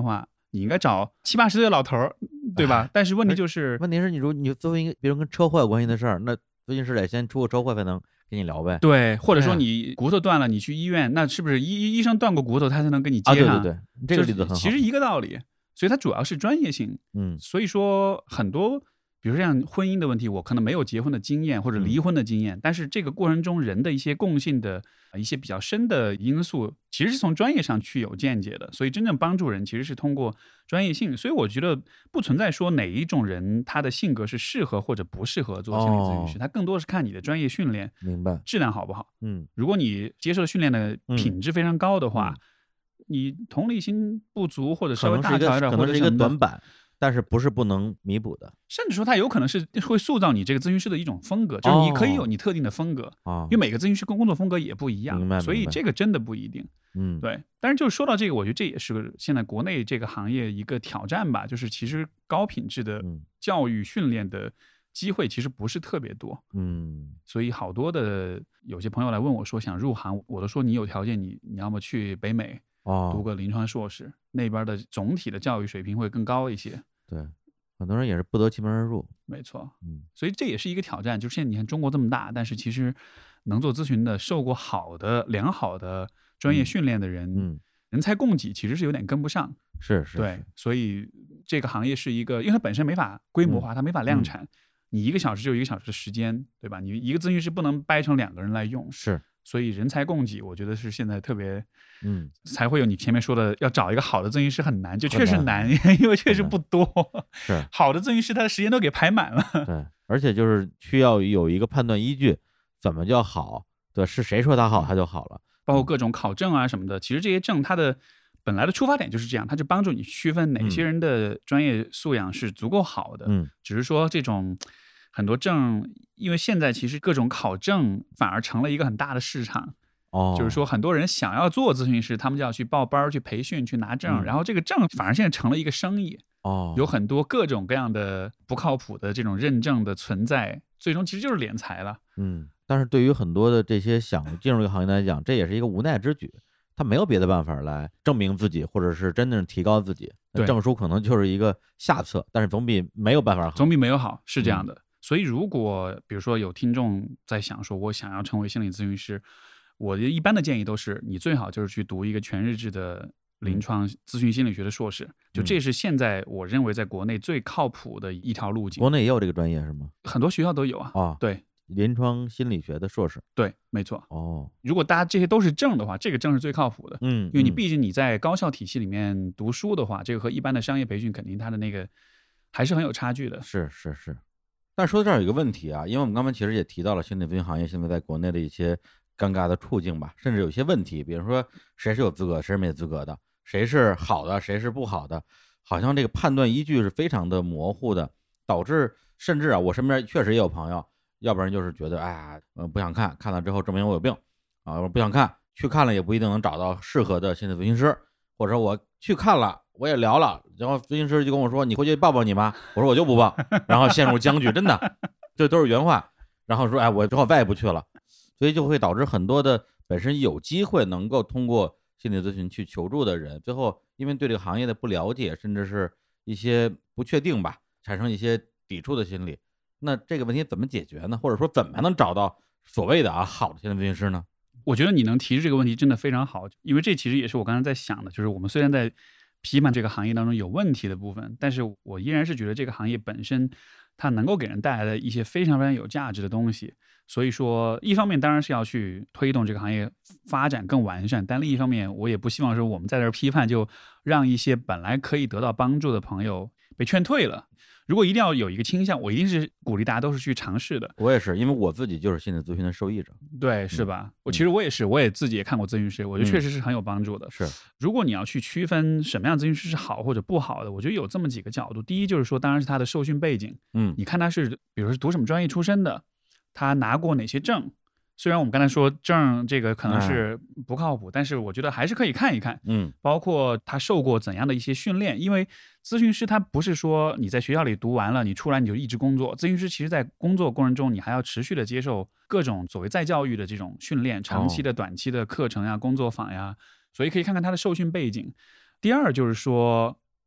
你应该找七八十岁的老头儿，对吧？ 哎、 但是问题就是， 问题是你如你作为一个比如跟车祸有关系的事儿，那咨询师得先出个车祸才能跟你聊呗。 对，或者说你骨头断了，你去医院，那是不是医医生断过骨头，他才能跟你接上？ 啊，对对对，这个例子很好。 其实一个道理，所以它主要是专业性。 嗯， 所以说很多。比如说像婚姻的问题，我可能没有结婚的经验或者离婚的经验，嗯、但是这个过程中人的一些共性的一些比较深的因素，其实是从专业上去有见解的。所以真正帮助人其实是通过专业性。所以我觉得不存在说哪一种人他的性格是适合或者不适合做心理咨询师，哦、他更多是看你的专业训练， 明白， 质量好不好。 嗯， 如果你接受训练的品质非常高的话， 嗯嗯、 你同理心不足或者稍微大条一点， 可能是一个短板。但是不是不能弥补的， 甚至说它有可能是会塑造你这个咨询师的一种风格，就是你可以有你特定的风格， 哦、 因为每个咨询师工作风格也不一样， 明白， 所以这个真的不一定。 嗯， 对。但是就是说到这个，我觉得这也是现在国内这个行业一个挑战吧，就是其实高品质的教育训练的机会其实不是特别多， 嗯， 所以好多的有些朋友来问我说想入行，我都说你有条件，你你要么去北美。 哦， 读个临床硕士，那边的总体的教育水平会更高一些。 对，很多人也是不得其门而入。 没错， 嗯， 所以这也是一个挑战。就是现在你看中国这么大，但是其实能做咨询的、受过好的、良好的专业训练的人， 嗯， 人才供给其实是有点跟不上。 是是， 对，所以这个行业是一个，因为它本身没法规模化，嗯、它没法量产。嗯、你一个小时就一个小时的时间，对吧？你一个咨询师不能掰成两个人来用。 是。 所以人才供给，我觉得是现在特别， 嗯， 才会有你前面说的，要找一个好的咨询师很难，就确实难，因为确实不多。 是好的咨询师，他的时间都给排满了。 对，而且就是需要有一个判断依据，怎么叫好？对，是谁说他好，他就好了。 包括各种考证啊什么的，其实这些证它的本来的出发点就是这样，它就帮助你区分哪些人的专业素养是足够好的。 嗯， 只是说这种。很多证，因为现在其实各种考证反而成了一个很大的市场， 哦， 就是说很多人想要做咨询师，他们就要去报班、去培训、去拿证， 嗯、 然后这个证反而现在成了一个生意， 哦， 有很多各种各样的不靠谱的这种认证的存在，最终其实就是敛财了。 嗯，但是对于很多的这些想进入这个行业来讲，这也是一个无奈之举，他没有别的办法来证明自己，或者是真正提高自己。证书可能就是一个下策，但是总比没有办法好， 总比没有好，是这样的。 嗯， 所以如果比如说有听众在想说我想要成为心理咨询师，我的一般的建议都是你最好就是去读一个全日制的临床咨询心理学的硕士，嗯、就这是现在我认为在国内最靠谱的一条路径。 国内也有这个专业是吗？ 很多学校都有啊。 哦， 对， 临床心理学的硕士， 对，没错。 哦， 如果大家这些都是证的话，这个证是最靠谱的。 嗯， 因为你毕竟你在高校体系里面读书的话，这个和一般的商业培训肯定它的那个还是很有差距的。 是是是。但说到这儿有一个问题啊，因为我们刚才其实也提到了心理咨询行业现在在国内的一些尴尬的处境吧，甚至有些问题，比如说谁是有资格，谁是没资格的，谁是好的，谁是不好的，好像这个判断依据是非常的模糊的，导致甚至啊，我身边确实也有朋友，要不然就是觉得哎呀，呃，不想看，看了之后证明我有病啊，我不想看，去看了也不一定能找到适合的心理咨询师，或者说我去看了。我也聊了，然后咨询师就跟我说：“你回去抱抱你妈。”我说：“我就不抱。”然后陷入僵局，真的，这都是原话。然后说：“哎，我之后再也不去了。”所以就会导致很多的本身有机会能够通过心理咨询去求助的人，最后因为对这个行业的不了解，甚至是一些不确定吧，产生一些抵触的心理。那这个问题怎么解决呢？或者说怎么能找到所谓的啊好的心理咨询师呢？ 我觉得你能提出这个问题真的非常好，因为这其实也是我刚才在想的，就是我们虽然在批判这个行业当中有问题的部分，但是我依然是觉得这个行业本身它能够给人带来的一些非常非常有价值的东西。所以说一方面当然是要去推动这个行业发展更完善，但另一方面我也不希望说我们在这儿批判就让一些本来可以得到帮助的朋友被劝退了。如果一定要有一个倾向，我一定是鼓励大家都是去尝试的。 我也是，因为我自己就是心理咨询的受益者。 对，是吧？ 嗯、 我其实我也是，我也自己也看过咨询师，我觉得确实是很有帮助的。 嗯、是， 如果你要去区分什么样咨询师是好或者不好的，我觉得有这么几个角度。第一就是说，当然是他的受训背景， 嗯， 你看他是，比如说是读什么专业出身的，他拿过哪些证。虽然我们刚才说证这个可能是不靠谱，嗯、但是我觉得还是可以看一看， 嗯， 包括他受过怎样的一些训练，因为咨询师他不是说你在学校里读完了，你出来你就一直工作，咨询师其实在工作过程中，你还要持续的接受各种所谓再教育的这种训练，长期的、短期的课程呀、工作坊呀，所以可以看看他的受训背景。第二就是说，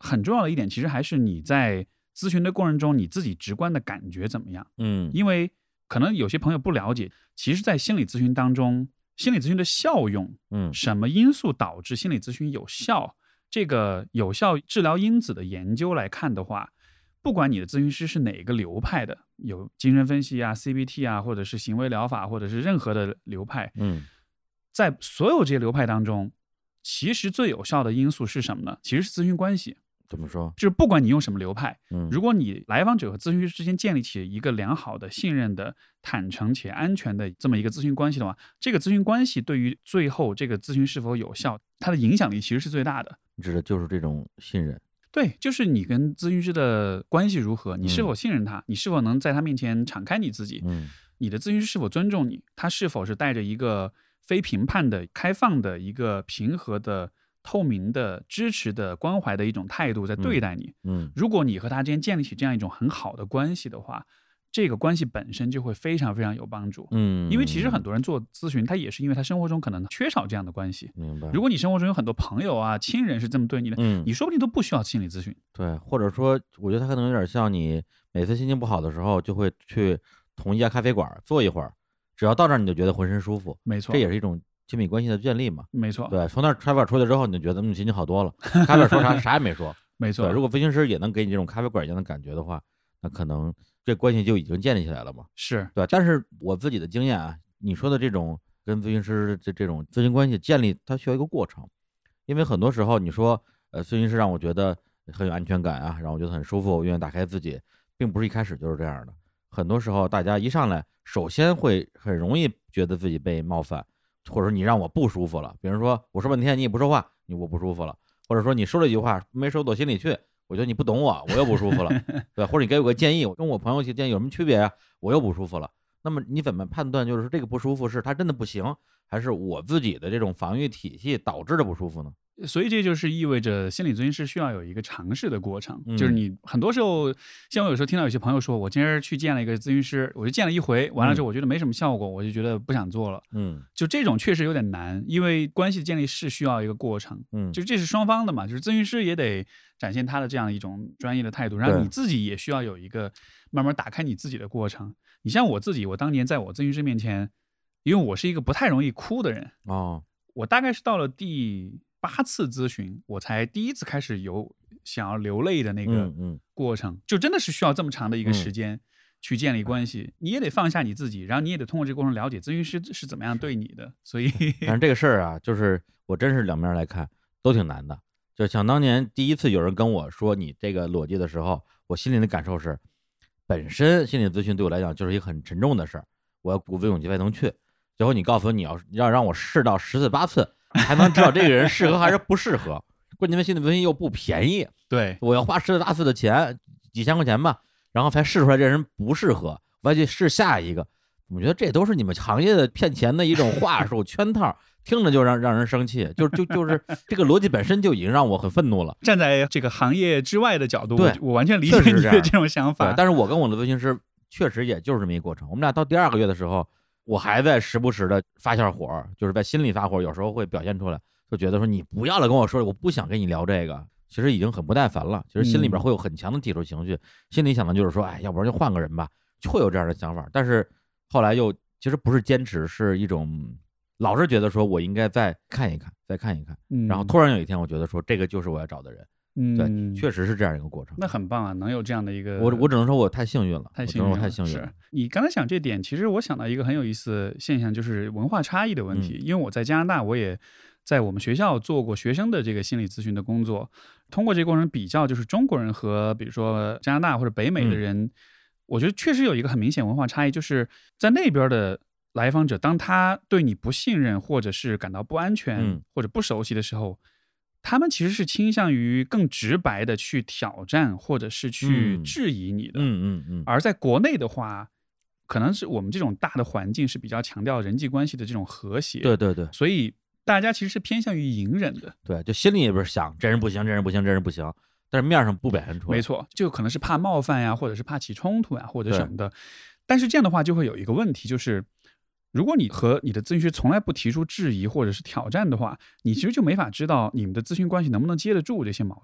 很重要的一点，其实还是你在咨询的过程中，你自己直观的感觉怎么样？ 嗯， 因为可能有些朋友不了解，其实在心理咨询当中，心理咨询的效用， 嗯， 什么因素导致心理咨询有效？这个有效治疗因子的研究来看的话，不管你的咨询师是哪个流派的，有精神分析啊、C B T 啊，或者是行为疗法，或者是任何的流派， 嗯， 在所有这些流派当中，其实最有效的因素是什么呢？其实是咨询关系。 怎么说？ 就是不管你用什么流派， 嗯， 如果你来访者和咨询师之间建立起一个良好的、信任的、坦诚且安全的这么一个咨询关系的话，这个咨询关系对于最后这个咨询是否有效，它的影响力其实是最大的。 指的就是这种信任。 对，就是你跟咨询师的关系如何，你是否信任他，嗯、你是否能在他面前敞开你自己， 嗯， 你的咨询师是否尊重你，他是否是带着一个非评判的、开放的一个平和的、透明的、支持的、关怀的一种态度在对待你。 嗯， 如果你和他之间建立起这样一种很好的关系的话，这个关系本身就会非常非常有帮助。 嗯， 因为其实很多人做咨询，他也是因为他生活中可能缺少这样的关系。 明白。 如果你生活中有很多朋友啊、亲人是这么对你的， 嗯， 你说不定都不需要心理咨询。 对，或者说，我觉得他可能有点像你每次心情不好的时候，就会去同一家咖啡馆坐一会儿，只要到这儿你就觉得浑身舒服。 没错， 这也是一种亲密关系的建立嘛。 没错， 对，从那儿咖啡馆出来之后，你就觉得嗯心情好多了。咖啡馆说啥啥也没说。 没错。 对，如果咨询师也能给你这种咖啡馆一样的感觉的话，那可能这关系就已经建立起来了嘛。 是对，但是我自己的经验啊，你说的这种跟咨询师这这种咨询关系建立，它需要一个过程。因为很多时候你说，呃，咨询师让我觉得很有安全感啊，让我觉得很舒服，我愿意打开自己，并不是一开始就是这样的。很多时候大家一上来，首先会很容易觉得自己被冒犯，或者说你让我不舒服了。比如说我说半天你也不说话，你我不舒服了；或者说你说了一句话没说到心里去，我觉得你不懂我，我又不舒服了，对，或者你给我个建议，我跟我朋友去建议有什么区别啊，我又不舒服了。那么你怎么判断，就是这个不舒服是他真的不行，还是我自己的这种防御体系导致的不舒服呢？ 所以这就是意味着心理咨询师需要有一个尝试的过程， 嗯、 就是你很多时候，像我有时候听到有些朋友说，我今天去见了一个咨询师，我就见了一回，完了之后我觉得没什么效果，嗯、我就觉得不想做了。 嗯， 就这种确实有点难，因为关系建立是需要一个过程。 嗯， 就这是双方的嘛，就是咨询师也得展现他的这样一种专业的态度，然后你自己也需要有一个慢慢打开你自己的过程。你像我自己，我当年在我咨询师面前，因为我是一个不太容易哭的人哦， 我大概是到了第八次咨询，我才第一次开始有想要流泪的那个过程， 嗯嗯、 就真的是需要这么长的一个时间去建立关系，嗯、你也得放下你自己，然后你也得通过这个过程了解咨询师是怎么样对你的。所以， 反正这个事儿啊，就是我真是两面来看都挺难的。就想当年第一次有人跟我说你这个逻辑的时候，我心里的感受是，本身心理咨询对我来讲就是一个很沉重的事儿，我要鼓足勇气才能去。最后你告诉我你要要让我试到十次八次。还能知道这个人适合还是不适合，关键的心理咨询又不便宜， 对， 我要花十次八次的钱，几千块钱吧，然后才试出来这人不适合，我再去试下一个。我觉得这都是你们行业的骗钱的一种话术圈套，听着就让让人生气，就就就是这个逻辑本身就已经让我很愤怒了。 站在这个行业之外的角度， 对， 我完全理解你的这种想法。 但是我跟我的咨询师确实也就是这么一个过程。我们俩到第二个月的时候，我还在时不时的发下火，就是在心里发火，有时候会表现出来，就觉得说你不要来跟我说，我不想跟你聊这个。其实已经很不耐烦了，其实心里边会有很强的抵触情绪，嗯、心里想的就是说，哎，要不然就换个人吧，就会有这样的想法。但是后来又其实不是坚持，是一种老是觉得说我应该再看一看，再看一看。嗯、然后突然有一天，我觉得说这个就是我要找的人。嗯，对，确实是这样一个过程。 那很棒啊，能有这样的一个， 我我只能说我太幸运了， 太幸运了， 我太幸运了。 是你刚才讲这点，其实我想到一个很有意思的现象，就是文化差异的问题。嗯、因为我在加拿大，我也在我们学校做过学生的这个心理咨询的工作，通过这个过程比较，就是中国人和比如说加拿大或者北美的人，嗯、我觉得确实有一个很明显文化差异，就是在那边的来访者，当他对你不信任或者是感到不安全、嗯、或者不熟悉的时候。他们其实是倾向于更直白的去挑战或者是去质疑你的， 嗯嗯嗯。 而在国内的话，可能是我们这种大的环境是比较强调人际关系的这种和谐， 对对对， 所以大家其实是偏向于隐忍的， 对，就心里也不是想这人不行，这人不行，这人不行，但是面上不表现出来， 没错，就可能是怕冒犯呀，或者是怕起冲突呀，或者什么的。但是这样的话就会有一个问题，就是如果你和你的咨询师从来不提出质疑或者是挑战的话，你其实就没法知道你们的咨询关系能不能接得住这些矛盾。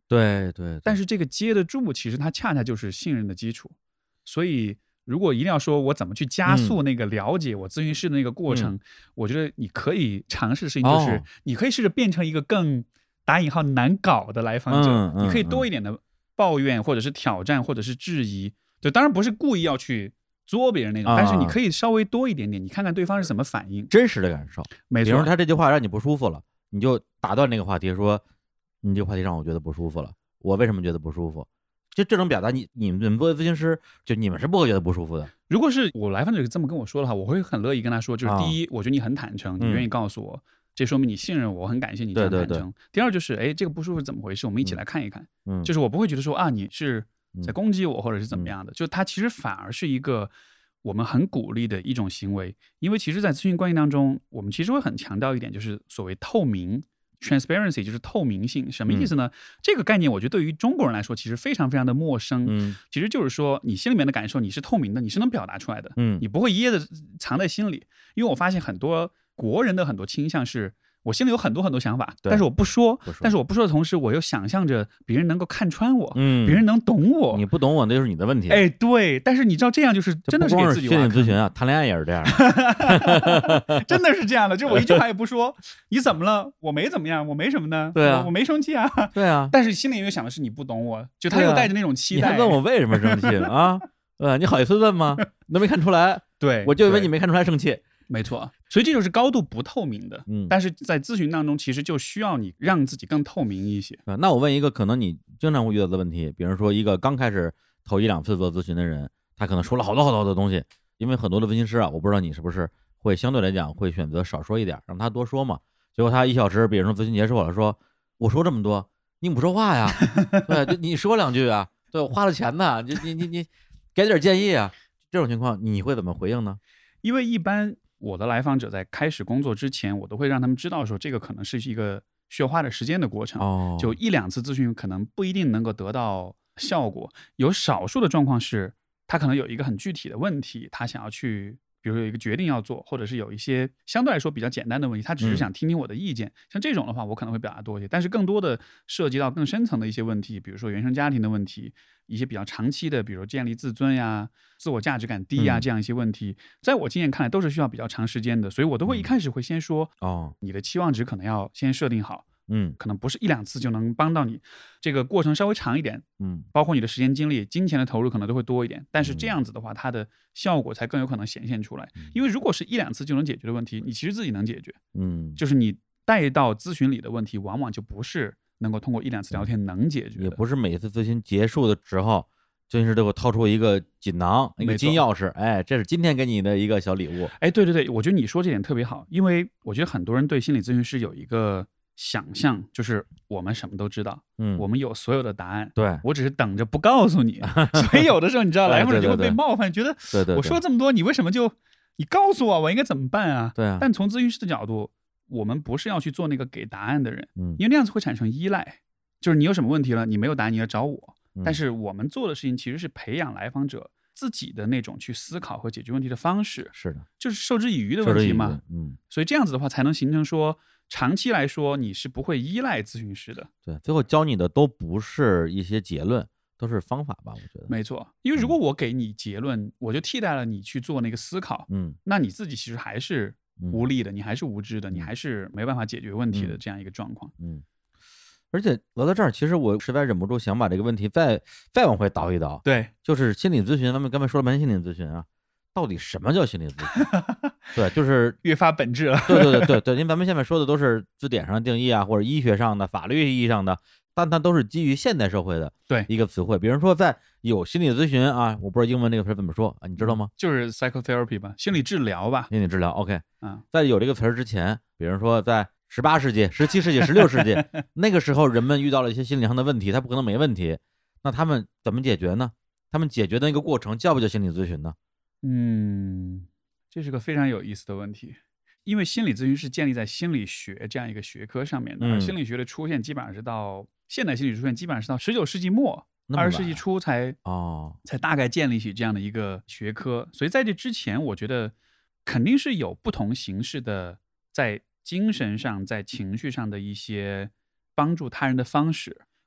对对， 但是这个接得住，其实它恰恰就是信任的基础。所以如果一定要说我怎么去加速那个了解我咨询师的那个过程， 嗯、 我觉得你可以尝试的事情就是、 哦、 你可以试着变成一个更打引号难搞的来访者、 嗯嗯、 你可以多一点的抱怨或者是挑战或者是质疑，就当然不是故意要去作别人那种、啊、但是你可以稍微多一点点，你看看对方是怎么反应， 真实的感受。 没错， 比如他这句话让你不舒服了，你就打断那个话题说，你这个话题让我觉得不舒服了，我为什么觉得不舒服？就这种表达，你你们作为咨询师，就你们是不会觉得不舒服的。 如果是我来访者这么跟我说的话，我会很乐意跟他说，就是第一、啊、我觉得你很坦诚，你愿意告诉我、嗯、这说明你信任我，我很感谢你这样坦诚。 对对对， 第二就是哎，这个不舒服是怎么回事，我们一起来看一看。 嗯， 就是我不会觉得说啊你是在攻击我或者是怎么样的、嗯、就他其实反而是一个我们很鼓励的一种行为。因为其实在咨询关系当中，我们其实会很强调一点，就是所谓透明，transparency 就是透明性。什么意思呢、嗯、这个概念我觉得对于中国人来说其实非常非常的陌生。 嗯， 其实就是说你心里面的感受你是透明的，你是能表达出来的。 嗯， 你不会掖着藏在心里。因为我发现很多国人的很多倾向是我心里有很多很多想法，但是我不说, 不说但是我不说的同时我又想象着别人能够看穿我，嗯，别人能懂我。 你不懂我那就是你的问题。 哎，对，但是你知道这样就是真的是给自己挖坑。 心理咨询啊，谈恋爱也是这样的真的是这样的，就我一句话也不说你怎么了，我没怎么样，我没什么呢， 对啊， 我, 我没生气啊， 对啊， 但是心里又想的是你不懂我，就他又带着那种期待、 啊、你还问我为什么生气啊对，你好意思问吗？你都没看出来。 对， 我就以为你没看出来生气。 没错，所以这就是高度不透明的。嗯，但是在咨询当中，其实就需要你让自己更透明一些。 啊，那我问一个可能你经常会遇到的问题，比如说一个刚开始头一两次做咨询的人，他可能说了好多好多的东西，因为很多的咨询师啊，我不知道你是不是会相对来讲会选择少说一点，让他多说嘛。结果他一小时，比如说咨询结束了，说我说这么多，你不说话呀？对，你说两句啊？对，我花了钱呢，你你你你给点建议啊？这种情况你会怎么回应呢？ 因为一般我的来访者在开始工作之前，我都会让他们知道说这个可能是一个需要花点时间的过程、哦、就一两次咨询可能不一定能够得到效果。有少数的状况是他可能有一个很具体的问题，他想要去比如说有一个决定要做，或者是有一些相对来说比较简单的问题，他只是想听听我的意见、嗯、像这种的话我可能会表达多一些。但是更多的涉及到更深层的一些问题，比如说原生家庭的问题，一些比较长期的比如建立自尊呀、自我价值感低呀、嗯、这样一些问题，在我经验看来都是需要比较长时间的，所以我都会一开始会先说、嗯、哦，你的期望值可能要先设定好，嗯，可能不是一两次就能帮到你，这个过程稍微长一点，嗯，包括你的时间精力金钱的投入可能都会多一点，但是这样子的话它的效果才更有可能显现出来、嗯、因为如果是一两次就能解决的问题，你其实自己能解决，嗯，就是你带到咨询里的问题往往就不是能够通过一两次聊天能解决的， 也不是每次咨询结束的时候咨询师都会掏出一个锦囊一个金钥匙，哎，这是今天给你的一个小礼物。 哎，对对对，我觉得你说这点特别好，因为我觉得很多人对心理咨询师有一个想象，就是我们什么都知道，嗯，我们有所有的答案， 对， 我只是等着不告诉你。所以有的时候你知道来访者就会被冒犯，觉得对对， 我说这么多，你为什么就你告诉我我应该怎么办啊？ 对啊。 但从咨询师的角度，我们不是要去做那个给答案的人，嗯，因为那样子会产生依赖，就是你有什么问题了，你没有答案你要找我。但是我们做的事情其实是培养来访者自己的那种去思考和解决问题的方式， 是的， 就是授之以渔的问题嘛，嗯，所以这样子的话才能形成说长期来说你是不会依赖咨询师的。 对，最后教你的都不是一些结论，都是方法吧，我觉得。 没错，因为如果我给你结论、嗯、我就替代了你去做那个思考，嗯，那你自己其实还是无力的、嗯、你还是无知的、嗯、你还是没办法解决问题的这样一个状况，嗯。 而且聊到这儿，其实我实在忍不住想把这个问题再再往回倒一倒。 对， 就是心理咨询，咱们刚才说了半天心理咨询啊，到底什么叫心理咨询？对，就是越发本质了。 对对对对对，因为咱们现在说的都是字典上的定义啊，或者医学上的、法律意义上的，但它都是基于现代社会的对一个词汇。比如说，在有心理咨询啊，我不知道英文这个词怎么说啊，你知道吗？ 就是 psychotherapy 吧，心理治疗吧。 心理治疗 ，OK。嗯，在有这个词儿之前，比如说在十八世纪、十七世纪、十六世纪，那个时候人们遇到了一些心理上的问题，他不可能没问题，那他们怎么解决呢？他们解决的那个过程叫不叫心理咨询呢？ 嗯，这是个非常有意思的问题，因为心理咨询是建立在心理学这样一个学科上面的，而心理学的出现基本上是到现代心理出现，基本上是到十九世纪末、二十世纪初才哦才大概建立起这样的一个学科，所以在这之前，我觉得肯定是有不同形式的在精神上在情绪上的一些帮助他人的方式，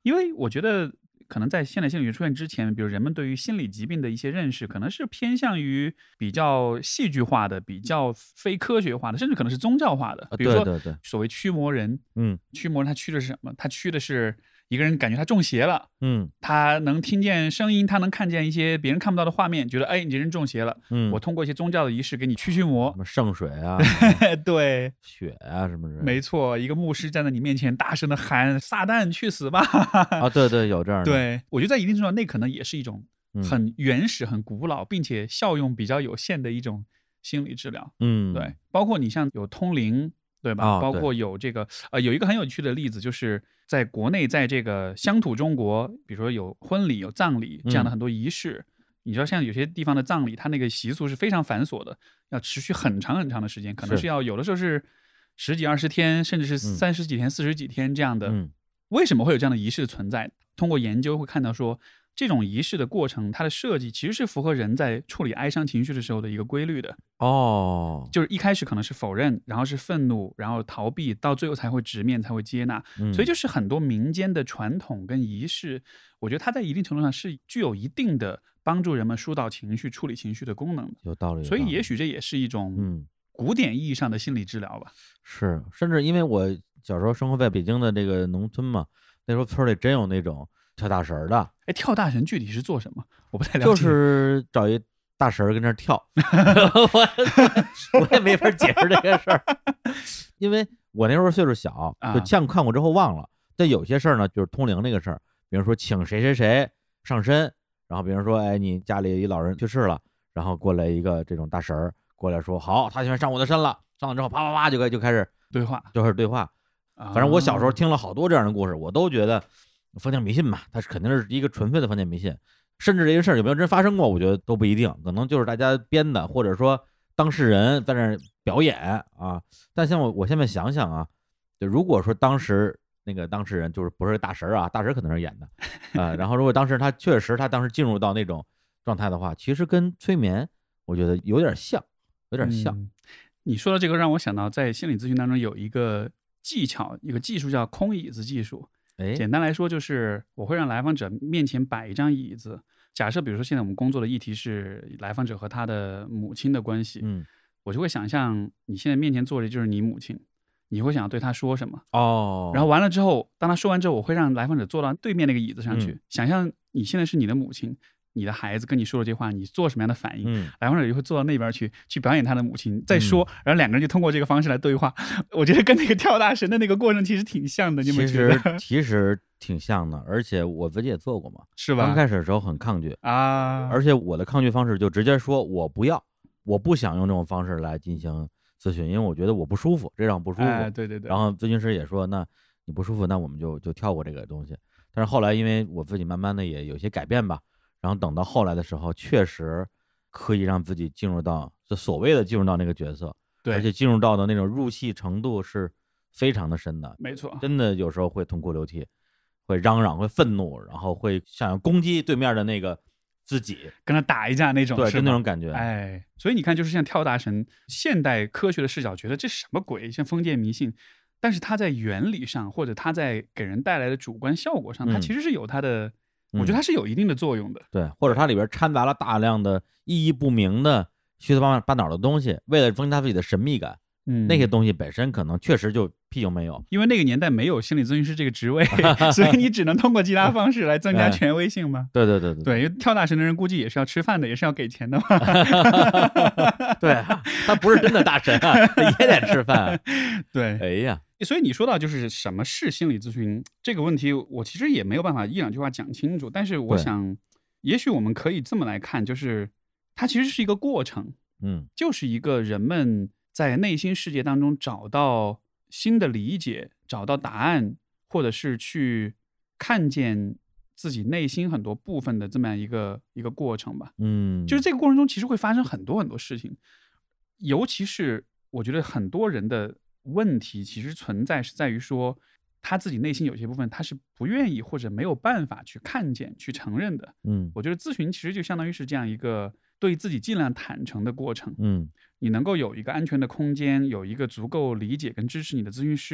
因为我觉得可能在现代心理学出现之前，比如人们对于心理疾病的一些认识，可能是偏向于比较戏剧化的、比较非科学化的，甚至可能是宗教化的。比如说， 对对对， 所谓驱魔人， 嗯驱魔人他驱的是什么？他驱的是一个人感觉他中邪了， 嗯他能听见声音，他能看见一些别人看不到的画面，觉得哎，你这人中邪了。 嗯， 我通过一些宗教的仪式给你驱驱魔什。么圣水啊、 对， 血啊什么之类的。 没错，一个牧师站在你面前，大声的喊：“撒旦去死吧！” 啊，对对，有这样的。 对，我觉得在一定程度上，那可能也是一种嗯很原始、很古老，并且效用比较有限的一种心理治疗。 嗯， 对，包括你像有通灵，对吧？ 哦包括有这个呃，有一个很有趣的例子，就是在国内，在这个乡土中国，比如说有婚礼、有葬礼这样的嗯很多仪式。你知道，像有些地方的葬礼，它那个习俗是非常繁琐的，要持续很长很长的时间，可能是是要有的时候是十几二十天，甚至是三十几天、四十几天这样的。 嗯为什么会有这样的仪式存在？通过研究会看到说，这种仪式的过程，它的设计其实是符合人在处理哀伤情绪的时候的一个规律的。 哦， 就是一开始可能是否认，然后是愤怒，然后逃避，到最后才会直面，才会接纳。 嗯所以就是很多民间的传统跟仪式，我觉得它在一定程度上是具有一定的帮助人们疏导情绪、处理情绪的功能的。 有道理。 所以也许许这也是一种嗯古典意义上的心理治疗吧。 是，甚至因为我小时候生活在北京的这个农村嘛，那时候村里真有那种跳大神儿的， 哎，跳大神具体是做什么？我不太了解。 就是找一大神儿跟那儿跳，我我也没法解释这个事儿，因为我那时候岁数小， 啊就见看过之后忘了。但有些事儿呢，就是通灵那个事儿，比如说请谁谁谁上身，然后比如说，哎，你家里一老人去世了，然后过来一个这种大神儿过来说，好，他现在上我的身了，上了之后啪啪啪就开就开始对话， 就开始对话。反正我小时候听了好多这样的故事，我都觉得封建迷信嘛，它是肯定是一个纯粹的封建迷信。甚至这个事儿有没有真发生过，我觉得都不一定，可能就是大家编的，或者说当事人在那儿表演啊。但像我我现在想想啊，就如果说当时那个当事人就是不是大神啊，大神可能是演的啊、呃，然后如果当时他确实他当时进入到那种状态的话，其实跟催眠我觉得有点像，有点像。 嗯、你说的这个让我想到，在心理咨询当中有一个技巧，一个技术叫空椅子技术。 哎， 简单来说就是我会让来访者面前摆一张椅子，假设比如说现在我们工作的议题是来访者和他的母亲的关系， 嗯， 我就会想象你现在面前坐着就是你母亲，你会想要对她说什么哦， 然后完了之后，当他说完之后，我会让来访者坐到对面那个椅子上去， 嗯想象你现在是你的母亲，你的孩子跟你说了这话，你做什么样的反应？ 嗯， 来访者就会坐到那边去，去表演他的母亲，再说，嗯、然后两个人就通过这个方式来对话。我觉得跟那个跳大神的那个过程其实挺像的，你有没有觉得？ 其实其实挺像的，而且我自己也做过嘛， 是吧？ 刚开始的时候很抗拒啊， 而且我的抗拒方式就直接说我不要，我不想用这种方式来进行咨询，因为我觉得我不舒服，这让我不舒服。 哎、对对对。 然后咨询师也说，那你不舒服，那我们就就跳过这个东西。但是后来因为我自己慢慢的也有些改变吧。然后等到后来的时候，确实可以让自己进入到就所谓的进入到那个角色， 对， 而且进入到的那种入戏程度是非常的深的， 没错， 真的有时候会痛哭流涕，会嚷嚷，会愤怒，然后会想要攻击对面的那个自己， 跟他打一架那种， 对，就那种感觉。 哎，所以你看，就是像跳大神，现代科学的视角觉得这什么鬼，像封建迷信。但是它在原理上，或者它在给人带来的主观效果上，它其实是有它的。嗯我觉得它是有一定的作用的， 对，或者它里边掺杂了大量的意义不明的虚头巴脑的东西，为了增加自己的神秘感， 嗯， 那些东西本身可能确实就屁用没有， 因为那个年代没有心理咨询师这个职位，所以你只能通过其他方式来增加权威性嘛。 哎、对对对对， 对，因为跳大神的人估计也是要吃饭的，也是要给钱的嘛。 对，他不是真的大神啊，也得吃饭。 对， 哎呀。 所以你说到就是什么是心理咨询这个问题，我其实也没有办法一两句话讲清楚。但是我想，也许我们可以这么来看，就是它其实是一个过程， 嗯， 就是一个人们在内心世界当中找到新的理解，找到答案，或者是去看见自己内心很多部分的这么样一个一个过程吧。 嗯， 就是这个过程中其实会发生很多很多事情，尤其是我觉得很多人的问题其实存在是在于说他自己内心有些部分他是不愿意或者没有办法去看见去承认的。 嗯， 我觉得咨询其实就相当于是这样一个对自己尽量坦诚的过程。 嗯， 你能够有一个安全的空间，有一个足够理解跟支持你的咨询师，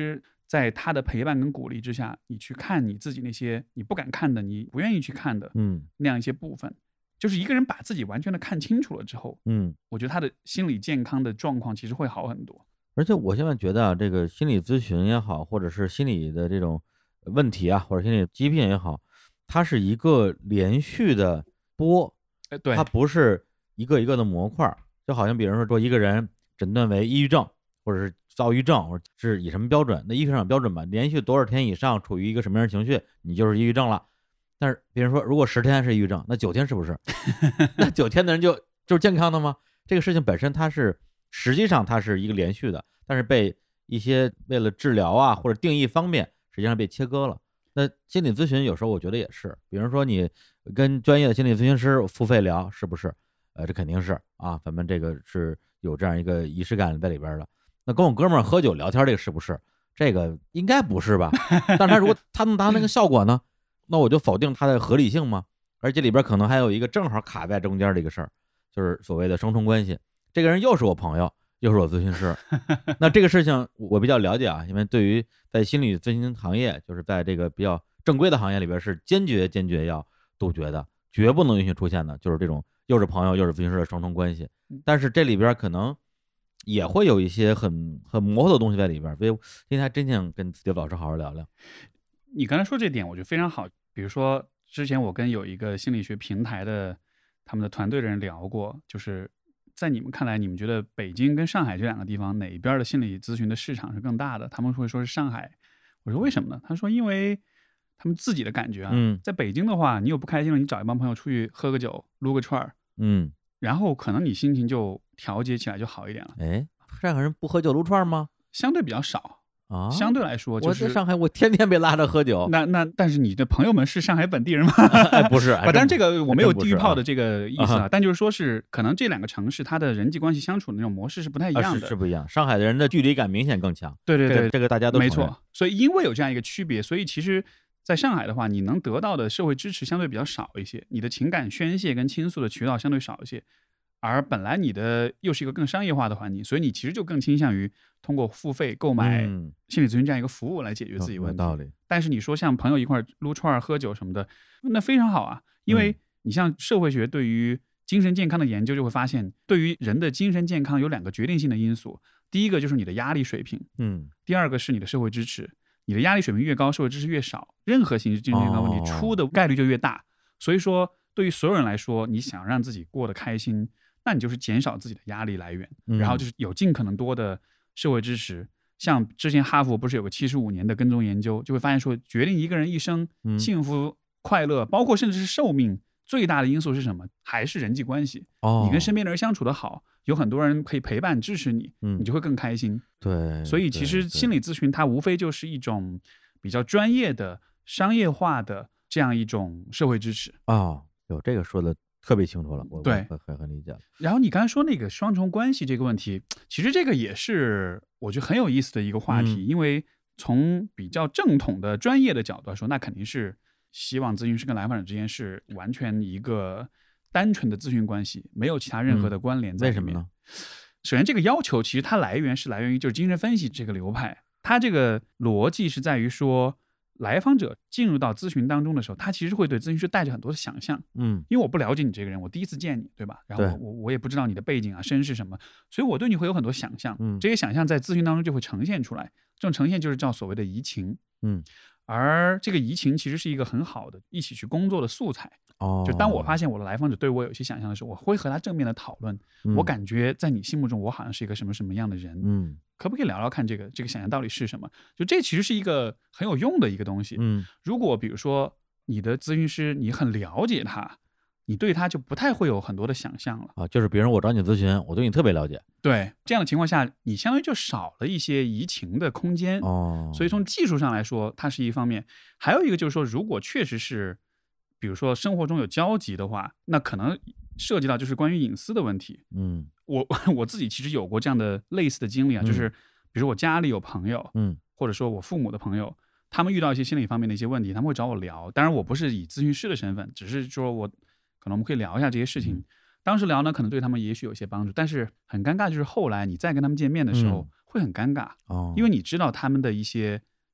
在他的陪伴跟鼓励之下，你去看你自己那些你不敢看的、你不愿意去看的， 嗯， 那样一些部分。就是一个人把自己完全的看清楚了之后， 嗯， 我觉得他的心理健康的状况其实会好很多。 而且我现在觉得啊，这个心理咨询也好，或者是心理的这种问题啊，或者心理疾病也好，它是一个连续的波， 呃，对， 它不是一个一个的模块。就好像比如说说一个人诊断为抑郁症，或者是躁郁症，或者是以什么标准？那医学上标准吧，连续多少天以上处于一个什么样的情绪，你就是抑郁症了。但是别人说，如果十天是抑郁症，那九天是不是？那九天的人就就是健康的吗？这个事情本身它是实际上它是一个连续的，但是被一些为了治疗啊或者定义方面，实际上被切割了。那心理咨询有时候我觉得也是，比如说你跟专业的心理咨询师付费聊，是不是？呃，这肯定是啊，咱们这个是有这样一个仪式感在里边的。那跟我哥们儿喝酒聊天，这个是不是？这个应该不是吧？但是他如果他能达到那个效果呢，那我就否定它的合理性吗？而且里边可能还有一个正好卡在中间的一个事儿，就是所谓的双重关系。这个人又是我朋友，又是我咨询师。那这个事情我比较了解啊，因为对于在心理咨询行业，就是在这个比较正规的行业里边，是坚决坚决要杜绝的，绝不能允许出现的，就是这种又是朋友又是咨询师的双重关系。但是这里边可能也会有一些很很模糊的东西在里边，所以今天还真想跟子杰老师好好聊聊。 你刚才说这点，我觉得非常好。比如说，之前我跟有一个心理学平台的他们的团队的人聊过，就是在你们看来，你们觉得北京跟上海这两个地方哪一边的心理咨询的市场是更大的？他们会说是上海。我说为什么呢？他说因为他们自己的感觉啊， 嗯， 在北京的话，你有不开心了，你找一帮朋友出去喝个酒、撸个串儿， 嗯， 然后可能你心情就调节起来就好一点了。 哎，上海人不喝酒撸串吗？ 相对比较少。 啊， 相对来说，就是我在上海，我天天被拉着喝酒。 那那，但是你的朋友们是上海本地人吗？ 哎、不是， 当然这个我没有地域炮的这这个意思啊，但就是说是可能这两个城市它的人际关系相处的那种模式是不太一样的， 啊、是, 是不一样。上海的人的距离感明显更强。 对对对， 这个、这个大家都没错。所以因为有这样一个区别，所以其实在上海的话，你能得到的社会支持相对比较少一些，你的情感宣泄跟倾诉的渠道相对少一些。而本来你的又是一个更商业化的环境，所以你其实就更倾向于通过付费购买心理咨询这样一个服务来解决自己问题。 嗯、有道理。 但是你说像朋友一块撸串喝酒什么的，那非常好啊，因为你像社会学对于精神健康的研究就会发现，对于人的精神健康有两个决定性的因素，第一个就是你的压力水平， 嗯， 第二个是你的社会支持。你的压力水平越高，社会支持越少，任何形式精神健康问题出的概率就越大。哦、所以说，对于所有人来说，你想让自己过得开心，那你就是减少自己的压力来源， 嗯、 然后就是有尽可能多的社会支持。像之前哈佛不是有个七十五年的跟踪研究，就会发现说，决定一个人一生幸福、快乐，包括甚至是寿命最大的因素是什么？还是人际关系。 哦， 你跟身边的人相处的好，有很多人可以陪伴支持你， 嗯、 你就会更开心。 对， 所以其实心理咨询它无非就是一种比较专业的、商业化的这样一种社会支持。 哦，有这个说的特别清楚了，我对很很很理解了。 然后你刚才说那个双重关系这个问题，其实这个也是我觉得很有意思的一个话题， 嗯、 因为从比较正统的专业的角度来说，那肯定是希望咨询师跟来访者之间是完全一个单纯的咨询关系，没有其他任何的关联在里面。 嗯、为什么呢？ 首先，这个要求其实它来源是来源于就是精神分析这个流派，它这个逻辑是在于说，来访者进入到咨询当中的时候，他其实会对咨询师带着很多的想象， 嗯， 因为我不了解你这个人，我第一次见你，对吧？然后我我我也不知道你的背景啊、身世什么，所以我对你会有很多想象， 嗯， 这些想象在咨询当中就会呈现出来，这种呈现就是叫所谓的移情， 嗯， 而这个移情其实是一个很好的一起去工作的素材。 哦， 就当我发现我的来访者对我有一些想象的时候，我会和他正面的讨论， 嗯、 我感觉在你心目中我好像是一个什么什么样的人， 嗯， 可不可以聊聊看这个这个想象到底是什么？就这其实是一个很有用的一个东西。 嗯， 如果比如说你的咨询师你很了解他，你对他就不太会有很多的想象了啊。就是比如我找你咨询，我对你特别了解， 对这样的情况下，你相当于就少了一些移情的空间哦。 所以从技术上来说，它是一方面，还有一个就是说，如果确实是比如说生活中有交集的话，那可能涉及到就是关于隐私的问题。 嗯， 我我自己其实有过这样的类似的经历啊， 嗯、 就是比如我家里有朋友， 嗯， 或者说我父母的朋友，他们遇到一些心理方面的一些问题，他们会找我聊。当然我不是以咨询师的身份，只是说我可能我们可以聊一下这些事情。 嗯、 当时聊呢，可能对他们也许有些帮助，但是很尴尬，就是后来你再跟他们见面的时候、 嗯、 会很尴尬， 哦， 因为你知道他们的一些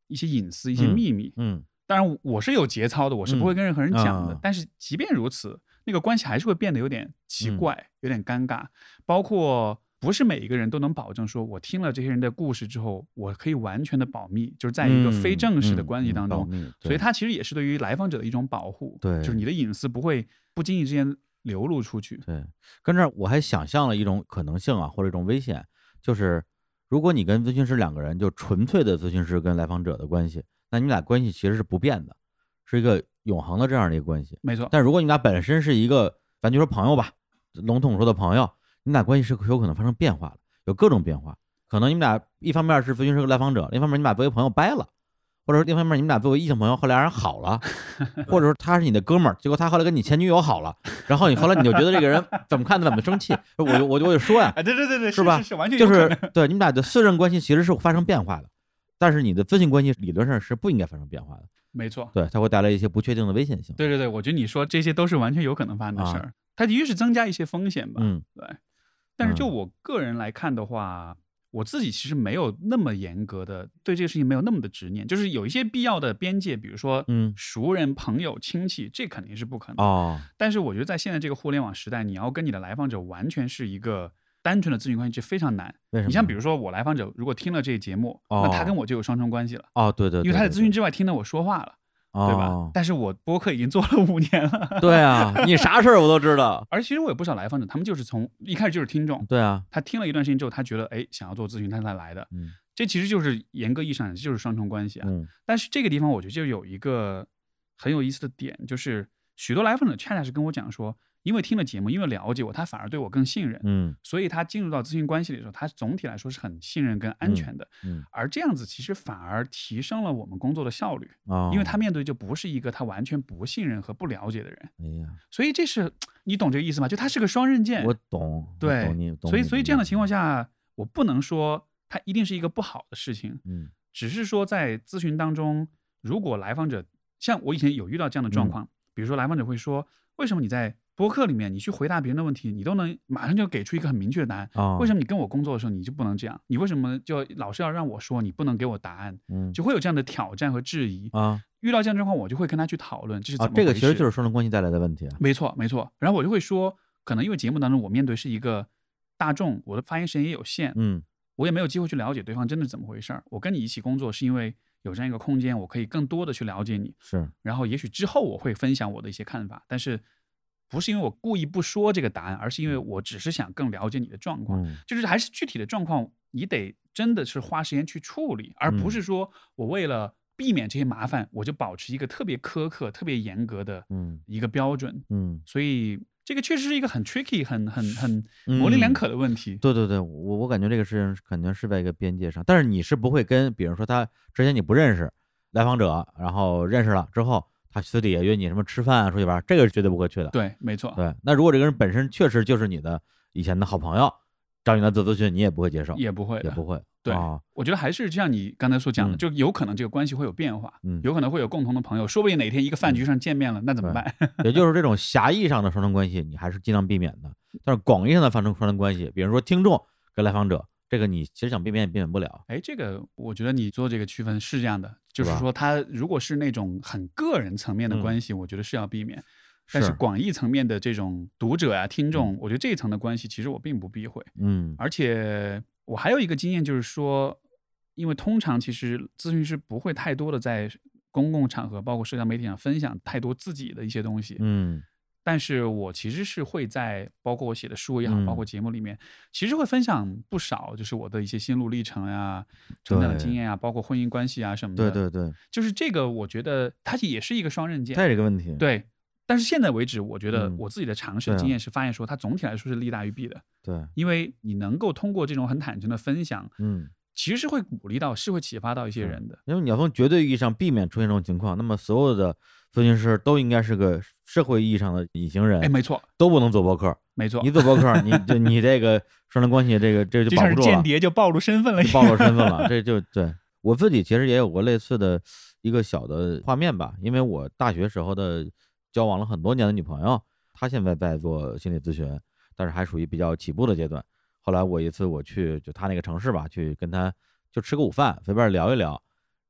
一些隐私、一些秘密。 嗯，嗯当然我是有节操的，我是不会跟任何人讲的。 嗯啊、 但是即便如此，那个关系还是会变得有点奇怪， 嗯、 有点尴尬。包括不是每一个人都能保证说，我听了这些人的故事之后，我可以完全的保密，就是在一个非正式的关系当中。 嗯嗯嗯、 所以它其实也是对于来访者的一种保护， 对， 就是你的隐私不会不经意之间流露出去。 对，跟这儿我还想象了一种可能性啊，或者一种危险，就是如果你跟咨询师两个人就纯粹的咨询师跟来访者的关系，那你们俩关系其实是不变的，是一个永恒的这样的一个关系。 没错。 但如果你们俩本身是一个，咱就说朋友吧，笼统说的朋友，你们俩关系是有可能发生变化的，有各种变化。可能你们俩一方面是咨询师跟来访者，另一方面你们俩作为朋友掰了。或者说另一方面你们俩作为异性朋友后来俩人好了，或者说他是你的哥们儿，结果他后来跟你前女友好了，然后你后来你就觉得这个人怎么看他怎么生气，我我我就说呀， 对对对对， 是吧？ 是是完全就是对你们俩的私人关系其实是发生变化的，但是你的咨询关系理论上是不应该发生变化的。 没错， 对，它会带来一些不确定的危险性。 对对对，我觉得你说这些都是完全有可能发生的事儿，啊、它的确是增加一些风险吧。 嗯， 对。但是就我个人来看的话。嗯，我自己其实没有那么严格的对这个事情没有那么的执念，就是有一些必要的边界，比如说熟人、朋友、亲戚，这肯定是不可能哦。 但是我觉得在现在这个互联网时代，你要跟你的来访者完全是一个单纯的咨询关系，这非常难。 为什么？ 你像比如说我来访者如果听了这个节目， 哦、 那他跟我就有双重关系了。 哦，对 对, 对, 对, 对， 因为他在咨询之外听到我说话了。 哦、 对吧？但是我播客已经做了五年了。 对啊，你啥事儿我都知道。 而其实我有不少来访者，他们就是从一开始就是听众。 对啊， 他听了一段时间之后，他觉得哎想要做咨询，他才来的。 嗯， 这其实就是严格意义上就是双重关系啊。 嗯， 但是这个地方我觉得就有一个很有意思的点，就是许多来访者恰恰是跟我讲说，因为听了节目，因为了解我，他反而对我更信任。 嗯， 所以他进入到咨询关系里的时候，他总体来说是很信任跟安全的。 嗯，嗯而这样子其实反而提升了我们工作的效率。 哦， 因为他面对就不是一个他完全不信任和不了解的人。 哎呀， 所以这是你懂这个意思吗？就他是个双刃剑。 我懂， 对， 我懂你懂所以所以这样的情况下，我不能说它一定是一个不好的事情。 嗯， 只是说在咨询当中，如果来访者像我以前有遇到这样的状况，嗯、比如说来访者会说，为什么你在播客里面你去回答别人的问题，你都能马上就给出一个很明确的答案、 哦、 为什么你跟我工作的时候你就不能这样？你为什么就老是要让我说，你不能给我答案？ 嗯， 就会有这样的挑战和质疑啊。 遇到这样的状况，我就会跟他去讨论这是怎么回事、 啊、这个其实就是双重关系带来的问题啊。 没错没错。然后我就会说，可能因为节目当中我面对是一个大众，我的发言时间也有限， 嗯， 我也没有机会去了解对方真的怎么回事儿。我跟你一起工作是因为有这样一个空间，我可以更多的去了解你。 是， 然后也许之后我会分享我的一些看法，但是不是因为我故意不说这个答案，而是因为我只是想更了解你的状况、嗯、就是还是具体的状况你得真的是花时间去处理，而不是说我为了避免这些麻烦、嗯、我就保持一个特别苛刻特别严格的一个标准。 嗯， 所以这个确实是一个很 tricky 很很很模棱两可的问题、 嗯、对对对，我我感觉这个事情肯定是在一个边界上。但是你是不会跟比如说他之前你不认识来访者，然后认识了之后他私底下约你什么吃饭啊出去玩，这个是绝对不会去的。 对，没错。 对，那如果这个人本身确实就是你的以前的好朋友，找你来做咨询，你也不会接受， 也不会的， 也不会。 对、 哦， 我觉得还是像你刚才所讲的、 嗯、 就有可能这个关系会有变化、 嗯、 有可能会有共同的朋友，说不定哪天一个饭局上见面了、嗯、那怎么办？ 也就是这种狭义上的双重关系你还是尽量避免的，但是广义上的发生双重关系，比如说听众跟来访者，这个你其实想避免也避免不了。 哎，这个我觉得你做这个区分是这样的，就是说他如果是那种很个人层面的关系、嗯、我觉得是要避免，但是广义层面的这种读者啊听众、嗯、我觉得这一层的关系其实我并不避讳。 嗯， 而且我还有一个经验就是说，因为通常其实咨询师不会太多的在公共场合包括社交媒体上分享太多自己的一些东西。 嗯， 但是我其实是会在包括我写的书也好、 嗯、 包括节目里面其实会分享不少就是我的一些心路历程呀、成长的经验啊，包括婚姻关系啊什么的。 对对对， 就是这个我觉得它也是一个双刃剑， 带这个问题。 对，但是现在为止我觉得我自己的尝试经验是发现说它总体来说是利大于弊的。 对， 因为你能够通过这种很坦诚的分享， 嗯， 其实是会鼓励到是会启发到一些人的。 因为你要从绝对意义上避免出现这种情况，那么所有的咨询师都应该是个社会意义上的隐形人。 哎，没错， 都不能做博客。 没错， 你做博客，你就你这个双重关系，这个这就保不住了。 就像间谍就暴露身份了， 暴露身份了，这就对。我自己其实也有过类似的一个小的画面吧，因为我大学时候的交往了很多年的女朋友，她现在在做心理咨询，但是还属于比较起步的阶段。后来我一次我去就她那个城市吧，去跟她就吃个午饭，随便聊一聊。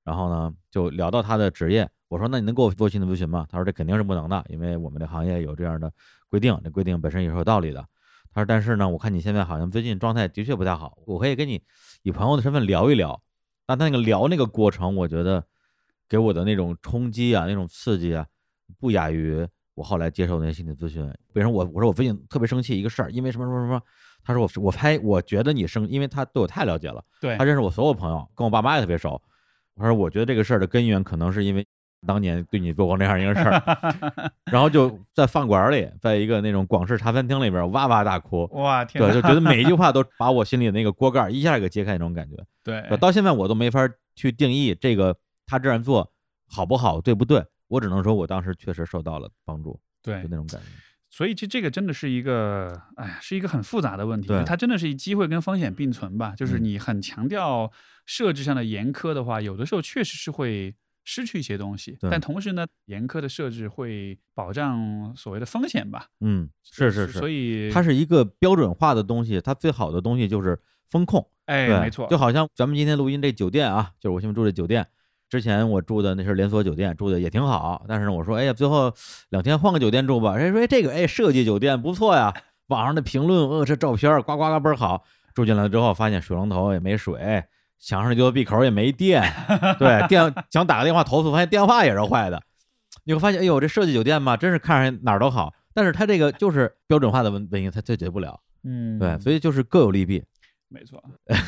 然后呢就聊到他的职业，我说那你能给我做心理咨询吗？他说这肯定是不能的，因为我们这行业有这样的规定，这规定本身也是有道理的。他说但是呢我看你现在好像最近状态的确不太好，我可以跟你以朋友的身份聊一聊。但他那个聊那个过程，我觉得给我的那种冲击啊，那种刺激啊，不亚于我后来接受那些心理咨询。比如说我我说我最近特别生气一个事儿，因为什么什么什么，他说我我拍我觉得你生，因为他对我太了解了， 对， 他认识我所有朋友，跟我爸妈也特别熟。我说我觉得这个事儿的根源可能是因为当年对你做过那样一个事儿，然后就在饭馆里，在一个那种广式茶餐厅里边哇哇大哭。 哇天， 对，就觉得每一句话都把我心里的那个锅盖一下给揭开那种感觉。 对， 到现在我都没法去定义这个他这样做好不好，对不对？我只能说我当时确实受到了帮助， 对， 就那种感觉。 所以这这个真的是一个，哎呀，是一个很复杂的问题。 对， 它真的是以机会跟风险并存吧。就是你很强调设置上的严苛的话，有的时候确实是会失去一些东西。但同时呢，严苛的设置会保障所谓的风险吧。 嗯，是是是。 所以它是一个标准化的东西，它最好的东西就是风控。 哎，没错。 就好像咱们今天录音这酒店啊，就是我现在住的酒店。之前我住的那是连锁酒店，住的也挺好，但是我说哎呀最后两天换个酒店住吧，人家说这个哎设计酒店不错呀，网上的评论呃这照片呱呱呱倍儿好，住进来之后发现水龙头也没水，墙上的 U S B 口也没电，对，电想打个电话投诉发现电话也是坏的，你会发现哎呦这设计酒店嘛真是看上去哪儿都好，但是它这个就是标准化的问题它解决不了。 嗯， 对，所以就是各有利弊。 没错。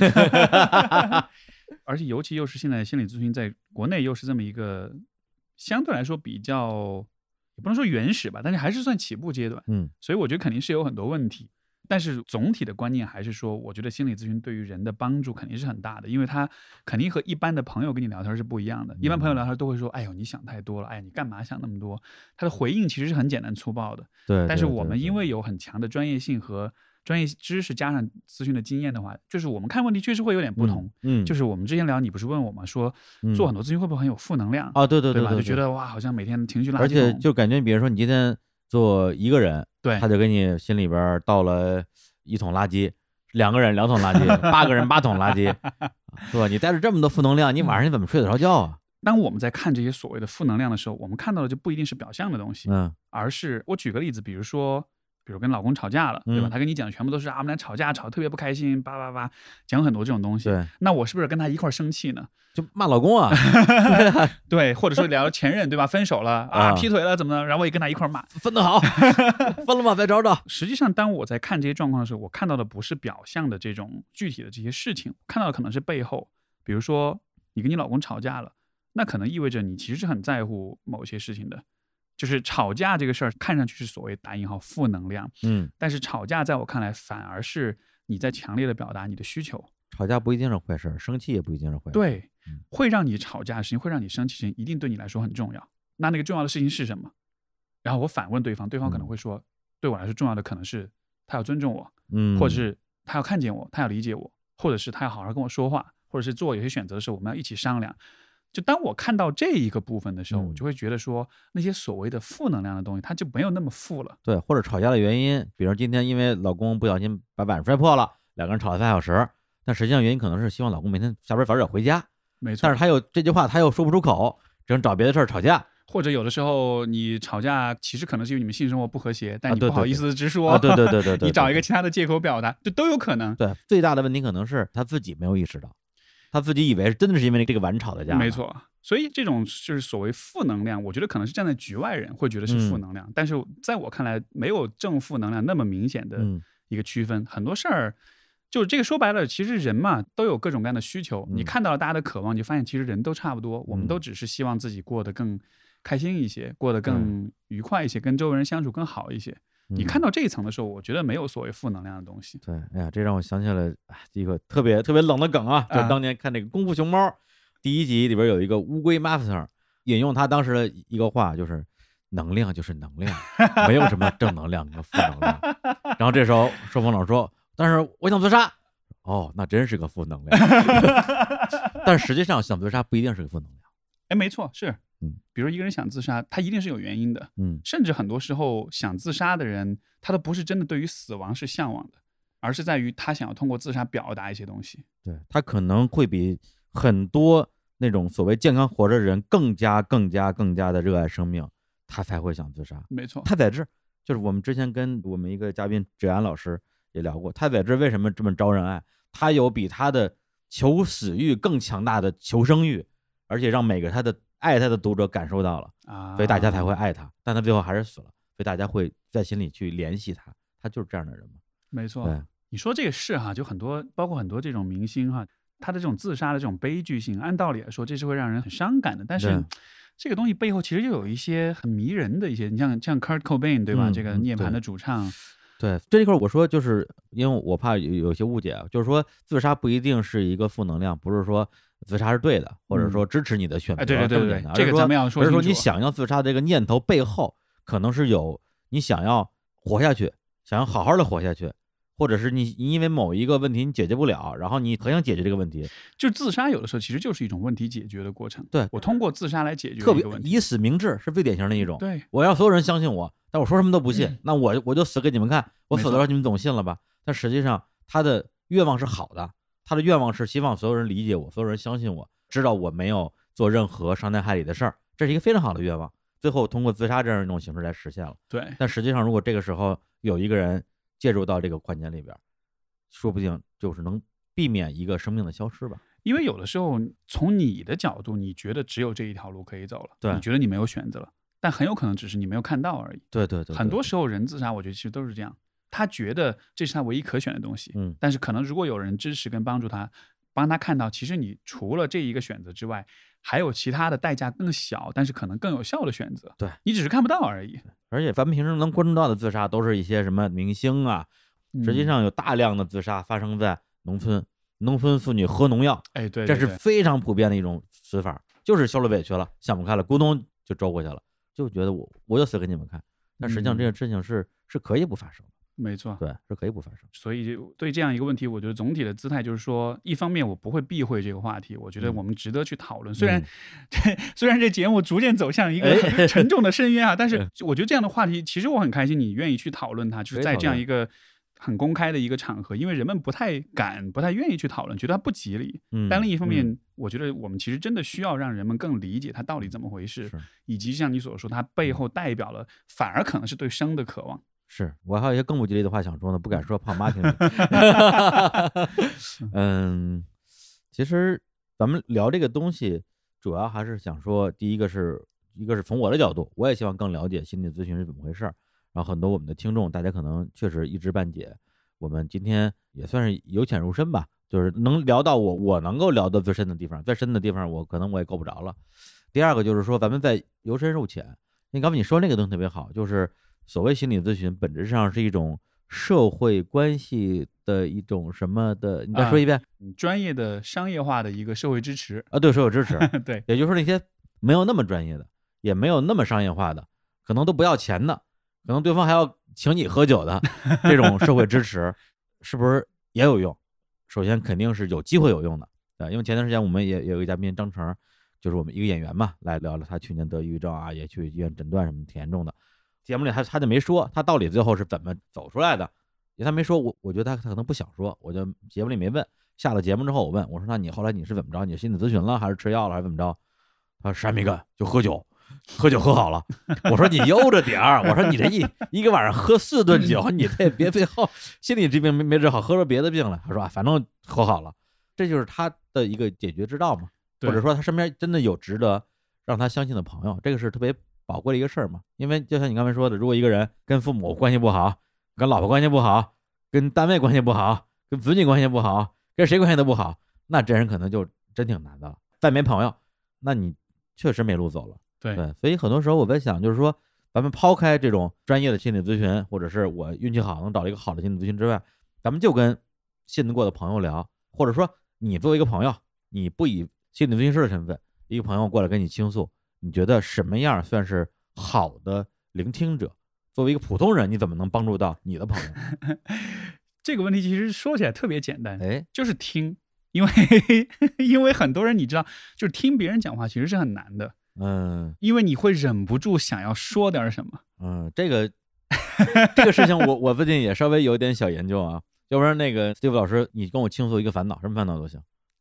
而且尤其又是现在心理咨询在国内又是这么一个相对来说比较也不能说原始吧，但是还是算起步阶段。 嗯， 所以我觉得肯定是有很多问题，但是总体的观念还是说，我觉得心理咨询对于人的帮助肯定是很大的，因为他肯定和一般的朋友跟你聊天是不一样的。一般朋友聊天都会说：“哎呦，你想太多了，哎呀，你干嘛想那么多？”他的回应其实是很简单粗暴的。 对。 但是我们因为有很强的专业性和专业知识加上咨询的经验的话，就是我们看问题确实会有点不同。 嗯， 就是我们之前聊，你不是问我吗？说做很多咨询会不会很有负能量啊？对对对吧？就觉得哇，好像每天情绪垃圾桶。 而且就感觉，比如说你今天做一个人， 对， 他就给你心里边倒了一桶垃圾；两个人两桶垃圾，八个人八桶垃圾，是吧？你带着这么多负能量，你晚上你怎么睡得着觉啊？ 当我们在看这些所谓的负能量的时候，我们看到的就不一定是表象的东西， 嗯， 而是我举个例子，比如说。比如跟老公吵架了，对吧？他跟你讲的全部都是啊，我们俩吵架吵得特别不开心，叭叭叭，讲很多这种东西。 对， 那我是不是跟他一块生气呢？ 就骂老公啊， 对，或者说聊前任，对吧？分手了啊，劈腿了怎么的？然后我也跟他一块骂， 分得好，分了吗？再找找。 实际上，当我在看这些状况的时候，我看到的不是表象的这种具体的这些事情，看到的可能是背后，比如说你跟你老公吵架了，那可能意味着你其实是很在乎某些事情的。就是吵架这个事儿看上去是所谓打引号负能量， 嗯， 但是吵架在我看来反而是你在强烈的表达你的需求。 吵架不一定是坏事，生气也不一定是坏事。 对，会让你吵架的事情，会让你生气的事情，一定对你来说很重要。那那个重要的事情是什么？然后我反问对方，对方可能会说，嗯、对我来说重要的可能是他要尊重我， 嗯， 或者是他要看见我，他要理解我，或者是他要好好跟我说话，或者是做有些选择的时候，我们要一起商量。就当我看到这一个部分的时候， 嗯、 我就会觉得说，那些所谓的负能量的东西，它就没有那么负了。 对，或者吵架的原因，比如今天因为老公不小心把碗摔破了，两个人吵了三小时，但实际上原因可能是希望老公每天下班早点回家。 没错。 但是他有这句话，他又说不出口，只能找别的事儿吵架。 或者有的时候你吵架，其实可能是因为你们性生活不和谐，但你不好意思直说。 啊，对对对对对， 你找一个其他的借口表达，这都有可能。 对，最大的问题可能是他自己没有意识到。他自己以为真的是因为这个碗吵的架。 没错，所以这种就是所谓负能量，我觉得可能是站在局外人会觉得是负能量，嗯、但是在我看来，没有正负能量那么明显的一个区分。嗯、很多事儿，就是这个说白了，其实人嘛都有各种各样的需求。嗯、你看到了大家的渴望，你就发现其实人都差不多，我们都只是希望自己过得更开心一些，过得更愉快一些，跟周围人相处更好一些。你看到这一层的时候，我觉得没有所谓负能量的东西。 对，哎呀，这让我想起了一个特别特别冷的梗啊，就是当年看那个《功夫熊猫》第一集里边有一个乌龟 master 引用他当时的一个话，就是能量就是能量，没有什么正能量和负能量。然后这时候寿峰老师说：“但是我想自杀。”哦，那真是个负能量。但实际上想自杀不一定是个负能量。 哎，没错，是。 嗯， 比如一个人想自杀，他一定是有原因的。 嗯， 甚至很多时候想自杀的人，他都不是真的对于死亡是向往的，而是在于他想要通过自杀表达一些东西。 对，他可能会比很多那种所谓健康活着的人更加更加更加的热爱生命，他才会想自杀。 没错， 太宰治就是我们之前跟我们一个嘉宾芷安老师也聊过，太宰治为什么这么招人爱？他有比他的求死欲更强大的求生欲，而且让每个他的爱他的读者感受到了， 啊， 所以大家才会爱他。但他最后还是死了，所以大家会在心里去联系他，他就是这样的人嘛。 没错， 对， 你说这个是哈，就很多包括很多这种明星哈，他的这种自杀的这种悲剧性，按道理来说这是会让人很伤感的，但是这个东西背后其实又有一些很迷人的一些，你像像 Kurt Cobain 对吧？ 嗯、 这个涅槃的主唱。 对，这一块我说就是因为我怕有有些误解，就是说自杀不一定是一个负能量，不是说自杀是对的，或者说支持你的选择， 哎，对对对对，这个咱们要说清楚。而是说你想要自杀这个念头背后，可能是有你想要活下去，想要好好的活下去，或者是你因为某一个问题你解决不了，然后你很想解决这个问题。 就自杀有的时候其实就是一种问题解决的过程。 对， 我通过自杀来解决特别一个问题， 以死明志是最典型的一种。 对， 我让所有人相信我，但我说什么都不信，嗯、那我我就死给你们看，我死的时候你们总信了吧？但实际上他的愿望是好的，他的愿望是希望所有人理解我，所有人相信我，知道我没有做任何伤天害理的事儿，这是一个非常好的愿望。最后通过自杀这样一种形式来实现了。 对， 但实际上如果这个时候有一个人介入到这个环节里边，说不定就是能避免一个生命的消失吧。 因为有的时候从你的角度你觉得只有这一条路可以走了， 对， 你觉得你没有选择了，但很有可能只是你没有看到而已。 对对 对, 对, 对， 很多时候人自杀我觉得其实都是这样，他觉得这是他唯一可选的东西， 嗯， 但是可能如果有人支持跟帮助他，帮他看到其实你除了这一个选择之外还有其他的代价更小但是可能更有效的选择， 对， 你只是看不到而已。 而且咱们平时能关注到的自杀都是一些什么明星啊，实际上有大量的自杀发生在农村，农村妇女喝农药， 哎，对， 这是非常普遍的一种死法，就是受了委屈了，想不开了，咕咚就周过去了，就觉得我我就死给你们看。但实际上这件事情是、嗯、是可以不发生的。 没错， 对，是可以不发生。 所以对这样一个问题，我觉得总体的姿态就是说，一方面我不会避讳这个话题，我觉得我们值得去讨论。嗯、虽然、嗯、虽然这节目逐渐走向一个很沉重的深渊啊，但是我觉得这样的话题，其实我很开心，你愿意去讨论它，就是在这样一个很公开的一个场合，因为人们不太敢、不太愿意去讨论，觉得它不吉利。 嗯， 但另一方面、 嗯， 我觉得我们其实真的需要让人们更理解它到底怎么回事，以及像你所说，它背后代表了反而可能是对生的渴望。 是我还有一些更不吉利的话想说呢，不敢说，怕我妈听见。嗯，其实咱们聊这个东西，主要还是想说，第一个是一个是从我的角度，我也希望更了解心理咨询是怎么回事。然后很多我们的听众，大家可能确实一知半解。我们今天也算是由浅入深吧，就是能聊到我我能够聊到最深的地方，再深的地方我可能我也够不着了。第二个就是说，咱们在由深入浅。那刚才你说那个东西特别好，就是所谓心理咨询本质上是一种社会关系的一种什么的，你再说一遍。 啊、专业的商业化的一个社会支持啊，对，社会支持。 对， 也就是说那些没有那么专业的，也没有那么商业化的，可能都不要钱的，可能对方还要请你喝酒的这种社会支持，是不是也有用？首先肯定是有机会有用的，对，因为前段时间我们也有一个嘉宾张成，就是我们一个演员嘛，来聊了他去年得抑郁症啊，也去医院诊断什么挺严重的。节目里他他就没说他到底最后是怎么走出来的，因为他没说，我我觉得他他可能不想说，我就节目里没问。下了节目之后我问我说，那你后来你是怎么着？你心理咨询了还是吃药了还是怎么着？他说啥没干，就喝酒，喝酒喝好了。我说你悠着点儿，我说你这一一个晚上喝四顿酒，你这别最后心理疾病没没治好，喝出别的病来。他说啊，反正喝好了，这就是他的一个解决之道嘛。或者说他身边真的有值得让他相信的朋友，这个是特别宝贵的一个事儿嘛。因为就像你刚才说的，如果一个人跟父母关系不好，跟老婆关系不好，跟单位关系不好，跟子女关系不好，跟谁关系都不好，那这人可能就真挺难的了。再没朋友，那你确实没路走了。 对对，所以很多时候我在想，就是说咱们抛开这种专业的心理咨询，或者是我运气好能找到一个好的心理咨询之外，咱们就跟信得过的朋友聊，或者说你作为一个朋友，你不以心理咨询师的身份，一个朋友过来跟你倾诉，你觉得什么样算是好的聆听者？作为一个普通人，你怎么能帮助到你的朋友？ 这个问题其实说起来特别简单， 哎， 就是听。因为因为很多人你知道，就是听别人讲话其实是很难的， 嗯， 因为你会忍不住想要说点什么， 嗯，这个这个事情我我最近也稍微有点小研究啊，要不然那个 Steve 老师，你跟我倾诉一个烦恼，什么烦恼都行。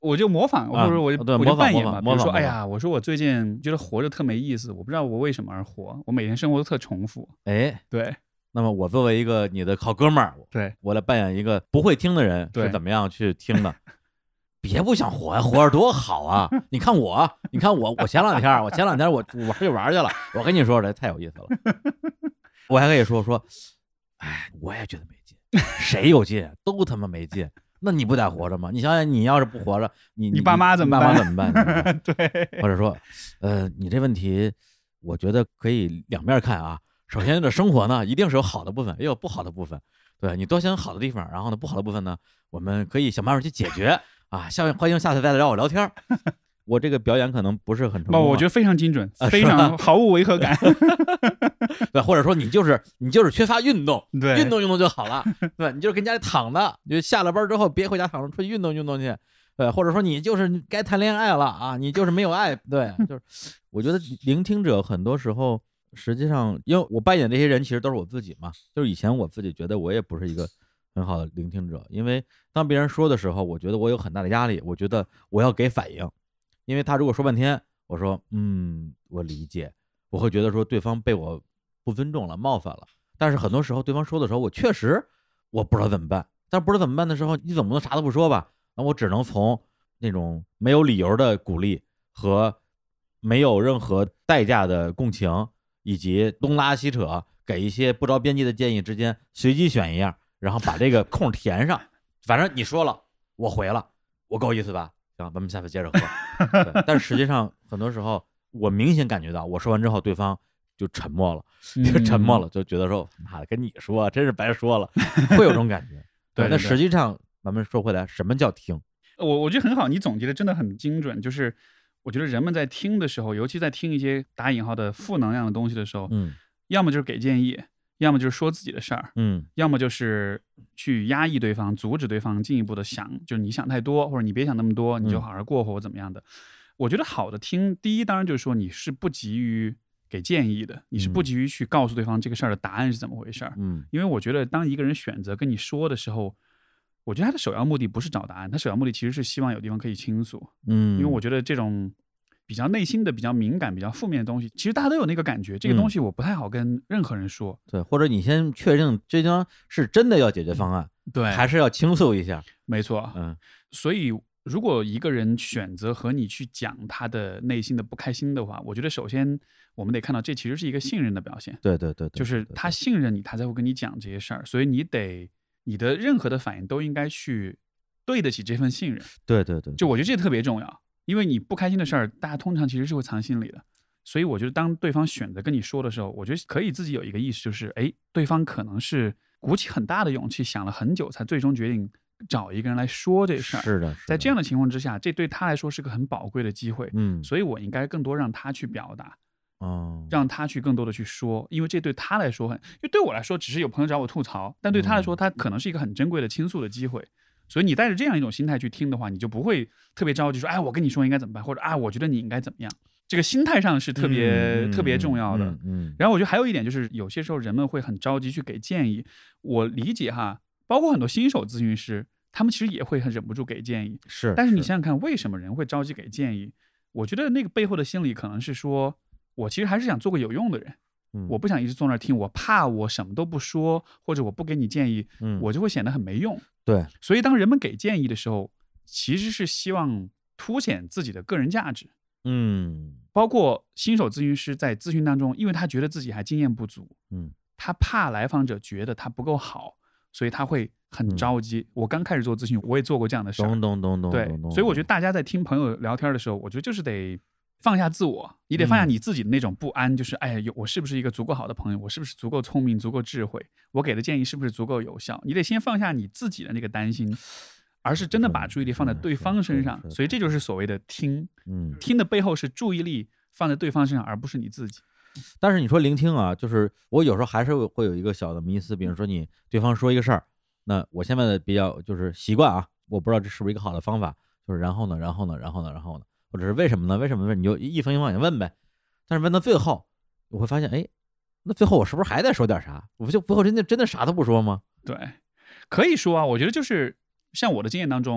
我就模仿，或者说我就、 啊、 我就扮演嘛。 比如说，哎呀，我说我最近觉得活着特没意思，我不知道我为什么而活，我每天生活都特重复。 哎， 对。 那么我作为一个你的好哥们儿， 对， 我来扮演一个不会听的人，是怎么样去听的？别不想活呀，活着多好啊！你看我，你看我，我前两天，我前两天我玩就玩去了。我跟你说，这太有意思了。我还可以说说，哎，我也觉得没劲，谁有劲？都他妈没劲。那你不得活着吗？你想想，你要是不活着，你你爸妈怎么办？ 爸妈怎么办？ 对， 或者说，呃，你这问题，我觉得可以两面看啊。首先，这生活呢，一定是有好的部分，也有不好的部分。对，你多想好的地方，然后呢，不好的部分呢，我们可以想办法去解决啊。下欢迎下次再来找我聊天。我这个表演可能不是很成功、啊， 我觉得非常精准，啊、非常毫无违和感。 对，或者说你就是你就是缺乏运动， 对， 运动运动就好了。对，你就是跟家里躺着，就下了班之后别回家躺着，出去运动运动去。对，或者说你就是该谈恋爱了啊，你就是没有爱。对，就是我觉得聆听者很多时候。实际上，因为我扮演这些人其实都是我自己嘛，就是以前我自己觉得我也不是一个很好的聆听者，因为当别人说的时候，我觉得我有很大的压力，我觉得我要给反应，因为他如果说半天，我说嗯，我理解，我会觉得说对方被我不尊重了，冒犯了。但是很多时候对方说的时候，我确实我不知道怎么办，但不知道怎么办的时候，你总不能啥都不说吧？那我只能从那种没有理由的鼓励和没有任何代价的共情。以及东拉西扯给一些不着边际的建议之间随机选一样，然后把这个空填上。反正你说了，我回了，我够意思吧？行，咱们下次接着喝。但是实际上很多时候，我明显感觉到我说完之后，对方就沉默了，就沉默了，就觉得说妈的跟你说真是白说了，会有这种感觉。 对， 那实际上咱们说回来，什么叫听？ 我我觉得很好，你总结的真的很精准，就是。我觉得人们在听的时候，尤其在听一些打引号的负能量的东西的时候， 嗯， 要么就是给建议，要么就是说自己的事儿， 嗯， 要么就是去压抑对方，阻止对方进一步的想，就是你想太多，或者你别想那么多，你就好好过活怎么样的。嗯、我觉得好的听，第一当然就是说你是不急于给建议的，你是不急于去告诉对方这个事儿的答案是怎么回事儿， 嗯， 因为我觉得当一个人选择跟你说的时候。我觉得他的首要目的不是找答案，他首要目的其实是希望有地方可以倾诉。 嗯， 因为我觉得这种比较内心的、比较敏感、比较负面的东西，其实大家都有那个感觉。这个东西我不太好跟任何人说。 对，或者你先确定这地方是真的要解决方案， 对， 还是要倾诉一下。 没错， 嗯。 所以如果一个人选择和你去讲他的内心的不开心的话，我觉得首先我们得看到这其实是一个信任的表现。 对对 对, 对, 对, 对， 就是他信任你，他才会跟你讲这些事儿。所以你得你的任何的反应都应该去。对得起这份信任， 对对 对, 对， 就我觉得这特别重要，因为你不开心的事儿，大家通常其实是会藏心里的，所以我觉得当对方选择跟你说的时候，我觉得可以自己有一个意识，就是哎，对方可能是鼓起很大的勇气，想了很久，才最终决定找一个人来说这事儿。 是的， 在这样的情况之下，这对他来说是个很宝贵的机会， 嗯， 所以我应该更多让他去表达。 哦， 让他去更多的去说，因为这对他来说很，因为对我来说只是有朋友找我吐槽，但对他来说，他可能是一个很珍贵的倾诉的机会。所以你带着这样一种心态去听的话，你就不会特别着急说，哎，我跟你说应该怎么办，或者啊，我觉得你应该怎么样。这个心态上是特别、 嗯、 特别重要的。 嗯, 嗯。 然后我觉得还有一点就是，有些时候人们会很着急去给建议。我理解哈，包括很多新手咨询师，他们其实也会很忍不住给建议。 是。 但是你想想看，为什么人会着急给建议？我觉得那个背后的心理可能是说，我其实还是想做个有用的人。 嗯、 我不想一直坐那儿听，我怕我什么都不说，或者我不给你建议， 嗯、 我就会显得很没用。 对， 所以当人们给建议的时候，其实是希望凸显自己的个人价值。 嗯， 包括新手咨询师在咨询当中，因为他觉得自己还经验不足， 嗯， 他怕来访者觉得他不够好，所以他会很着急。嗯、我刚开始做咨询，我也做过这样的事儿。 咚咚咚咚， 对，所以我觉得大家在听朋友聊天的时候，我觉得就是得放下自我，你得放下你自己的那种不安，嗯、就是哎呀，我是不是一个足够好的朋友？我是不是足够聪明、足够智慧？我给的建议是不是足够有效？你得先放下你自己的那个担心，而是真的把注意力放在对方身上。所以这就是所谓的听， 嗯， 听的背后是注意力放在对方身上，而不是你自己。 但是你说聆听啊，就是我有时候还是会有一个小的迷思，比如说你对方说一个事儿，那我现在的比较就是习惯啊，我不知道这是不是一个好的方法，就是然后呢，然后呢，然后呢，然后呢。或者是为什么呢？为什么呢？你就一分一分往下问呗。但是问到最后，我会发现，哎，那最后我是不是还得说点啥？我不就最后真的真的啥都不说吗？ 对，可以说啊。我觉得就是像我的经验当中，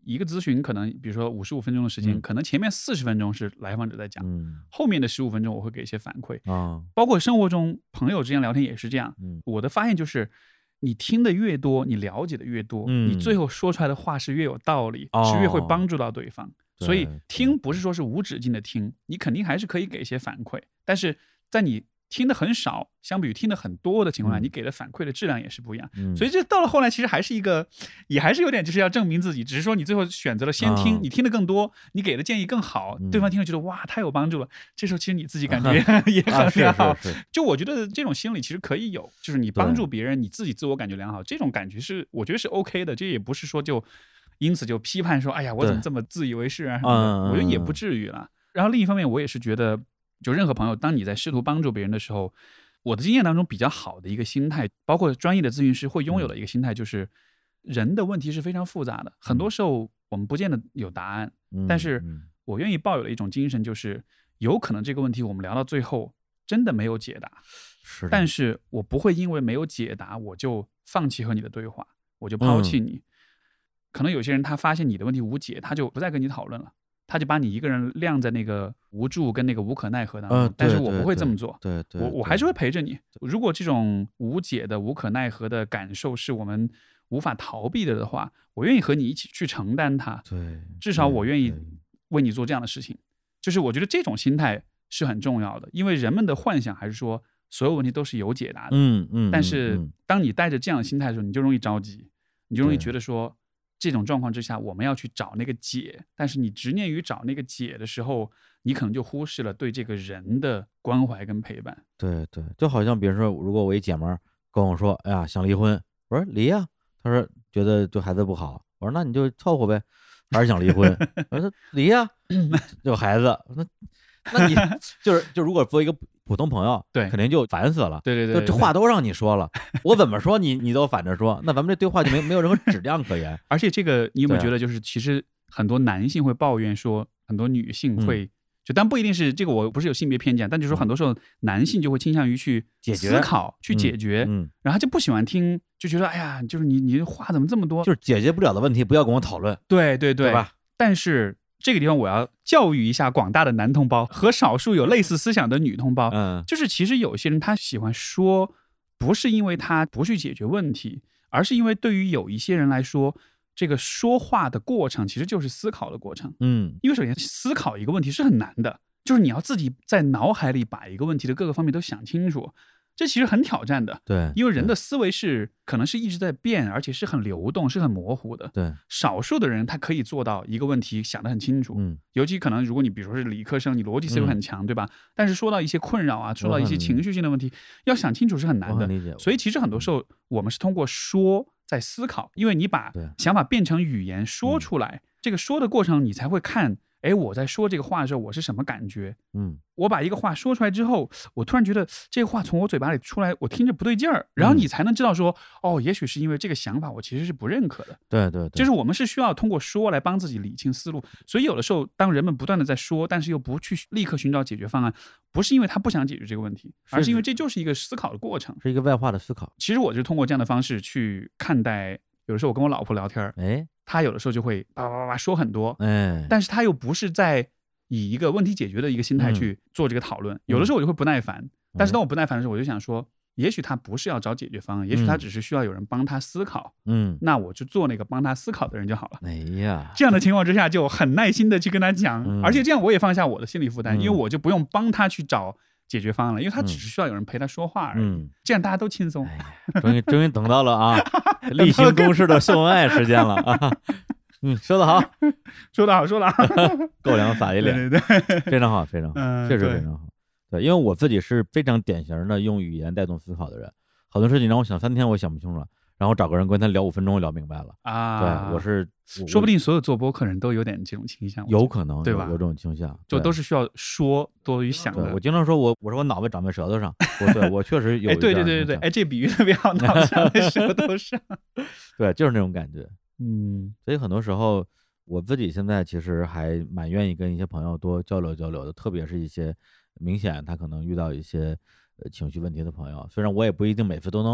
一个咨询可能比如说五十五分钟的时间， 嗯可能前面四十分钟是来访者在讲， 嗯后面的十五分钟我会给一些反馈。 啊包括生活中朋友之间聊天也是这样。 嗯我的发现就是，你听的越多，你了解的越多， 嗯你最后说出来的话是越有道理， 哦是越会帮助到对方。 对所以对听不是说是无止境的听，你肯定还是可以给一些反馈，但是在你听的很少，相比于听的很多的情况下， 嗯你给的反馈的质量也是不一样。 嗯所以这到了后来，其实还是一个，也还是有点就是要证明自己，只是说你最后选择了先听， 啊你听的更多，你给的建议更好， 嗯对方听了觉得哇太有帮助了，这时候其实你自己感觉也啊是很良好。 是是就我觉得这种心理其实可以有，就是你帮助别人，你自己自我感觉良好，这种感觉是我觉得是 OK 的，这也不是说就因此就批判说，哎呀，我怎么这么自以为是啊什么的， 嗯嗯我觉得也不至于了。然后另一方面，我也是觉得，就任何朋友，当你在试图帮助别人的时候，我的经验当中比较好的一个心态，包括专业的咨询师会拥有的一个心态，就是人的问题是非常复杂的，很多时候我们不见得有答案， 嗯但是嗯我愿意抱有的一种精神就是，有可能这个问题我们聊到最后真的没有解答， 是的， 但是我不会因为没有解答我就放弃和你的对话，我就抛弃你。可能有些人他发现你的问题无解，他就不再跟你讨论了，他就把你一个人晾在那个无助跟那个无可奈何当中。 呃， 但是对对我不会这对么做， 对对，对我我还是会陪着你。如果这种无解的、无可奈何的感受是我们无法逃避的的话，我愿意和你一起去承担它。 对， 至少对我愿意对为你做这样的事情。就是我觉得这种心态是很重要的，因为人们的幻想还是说所有问题都是有解答的。 嗯嗯， 但是嗯当你带着这样的心态的时候，你就容易着急，你就容易对觉得说，这种状况之下我们要去找那个解，但是你执念于找那个解的时候，你可能就忽视了对这个人的关怀跟陪伴。 对对，就好像比如说，如果我一姐们儿跟我说，哎呀想离婚，我说离呀，她说觉得对孩子不好，我说那你就凑合呗，还是想离婚，我说离呀，有孩子，那那你就是就如果作为一个普通朋友， 对肯定就烦死了。 对对对就对对这话都让你说了，我怎么说你你都反着说，那咱们这对话就没没有任何质量可言。 而且这个你有没有对啊觉得，就是其实很多男性会抱怨说，很多女性嗯会、就，但不一定是这个，我不是有性别偏见，但就是说很多时候男性就会倾向于去解决思考、去嗯解决， 嗯， 然后他就不喜欢听，就觉得哎呀，就是你你话怎么这么多？ 就是解决不了的问题，不要跟我讨论， 对对对对吧？ 但是这个地方我要教育一下广大的男同胞和少数有类似思想的女同胞， 嗯就是其实有些人他喜欢说，不是因为他不去解决问题，而是因为对于有一些人来说，这个说话的过程其实就是思考的过程。 嗯因为首先思考一个问题是很难的，就是你要自己在脑海里把一个问题的各个方面都想清楚，这其实很挑战的。 对， 因为人对的思维是可能是一直在变，而且是很流动，是很模糊的。 对， 少数的人他可以做到一个问题想得很清楚， 嗯尤其可能如果你比如说是理科生，你逻辑思维很强，对吧？但是说到一些困扰啊，说到一些情绪性的问题，要想清楚是很难的我很。理解。 所以其实很多时候我们是通过说在思考，因为你把对想法变成语言说出来，这个说的过程你才会看，哎，我在说这个话的时候我是什么感觉？ 嗯我把一个话说出来之后，我突然觉得这个话从我嘴巴里出来，我听着不对劲儿，然后你才能知道说，哦，也许是因为这个想法我其实是不认可的。 对对对， 就是我们是需要通过说来帮自己理清思路，所以有的时候当人们不断的在说，但是又不去立刻寻找解决方案，不是因为他不想解决这个问题，而是因为这就是一个思考的过程。 是一个外化的思考。 其实我就通过这样的方式去看待，有的时候我跟我老婆聊天， 哎她有的时候就会叭叭叭叭说很多， 哎， 但是她又不是在以一个问题解决的一个心态去做这个讨论，有的时候我就会不耐烦，但是当我不耐烦的时候，我就想说，也许他不是要找解决方案，也许他只是需要有人帮他思考， 嗯， 那我就做那个帮他思考的人就好了。 哎呀， 这样的情况之下，就很耐心的去跟他讲， 嗯而且这样我也放下我的心理负担， 嗯因为我就不用帮他去找解决方案了，因为他只是需要有人陪他说话而已， 嗯， 这样大家都轻松。 哎呀，终于终于等到了啊，例行公事的秀恩爱时间了啊。嗯，说得好， 说得好，说得好， 够凉撒一脸， 对对对， 非常好，非常好， 嗯， 确实对非常好。对，因为我自己是非常典型的用语言带动思考的人，好多事情让我想三天我想不清楚了，然后找个人跟他聊五分钟我聊明白了。 啊， 对，我是我说不定所有做播客人都有点这种倾向，我觉得有可能对吧有有这种倾向，对就都是需要说多于想对的。 我经常说我我说我脑袋长在舌头上，我对我确实有哎， 一对这样的倾向对对对对，哎，这比喻特别好，脑上在舌头上。 对，就是那种感觉。 嗯所以很多时候，我自己现在其实还蛮愿意跟一些朋友多交流交流的，特别是一些明显他可能遇到一些呃情绪问题的朋友。虽然我也不一定每次都能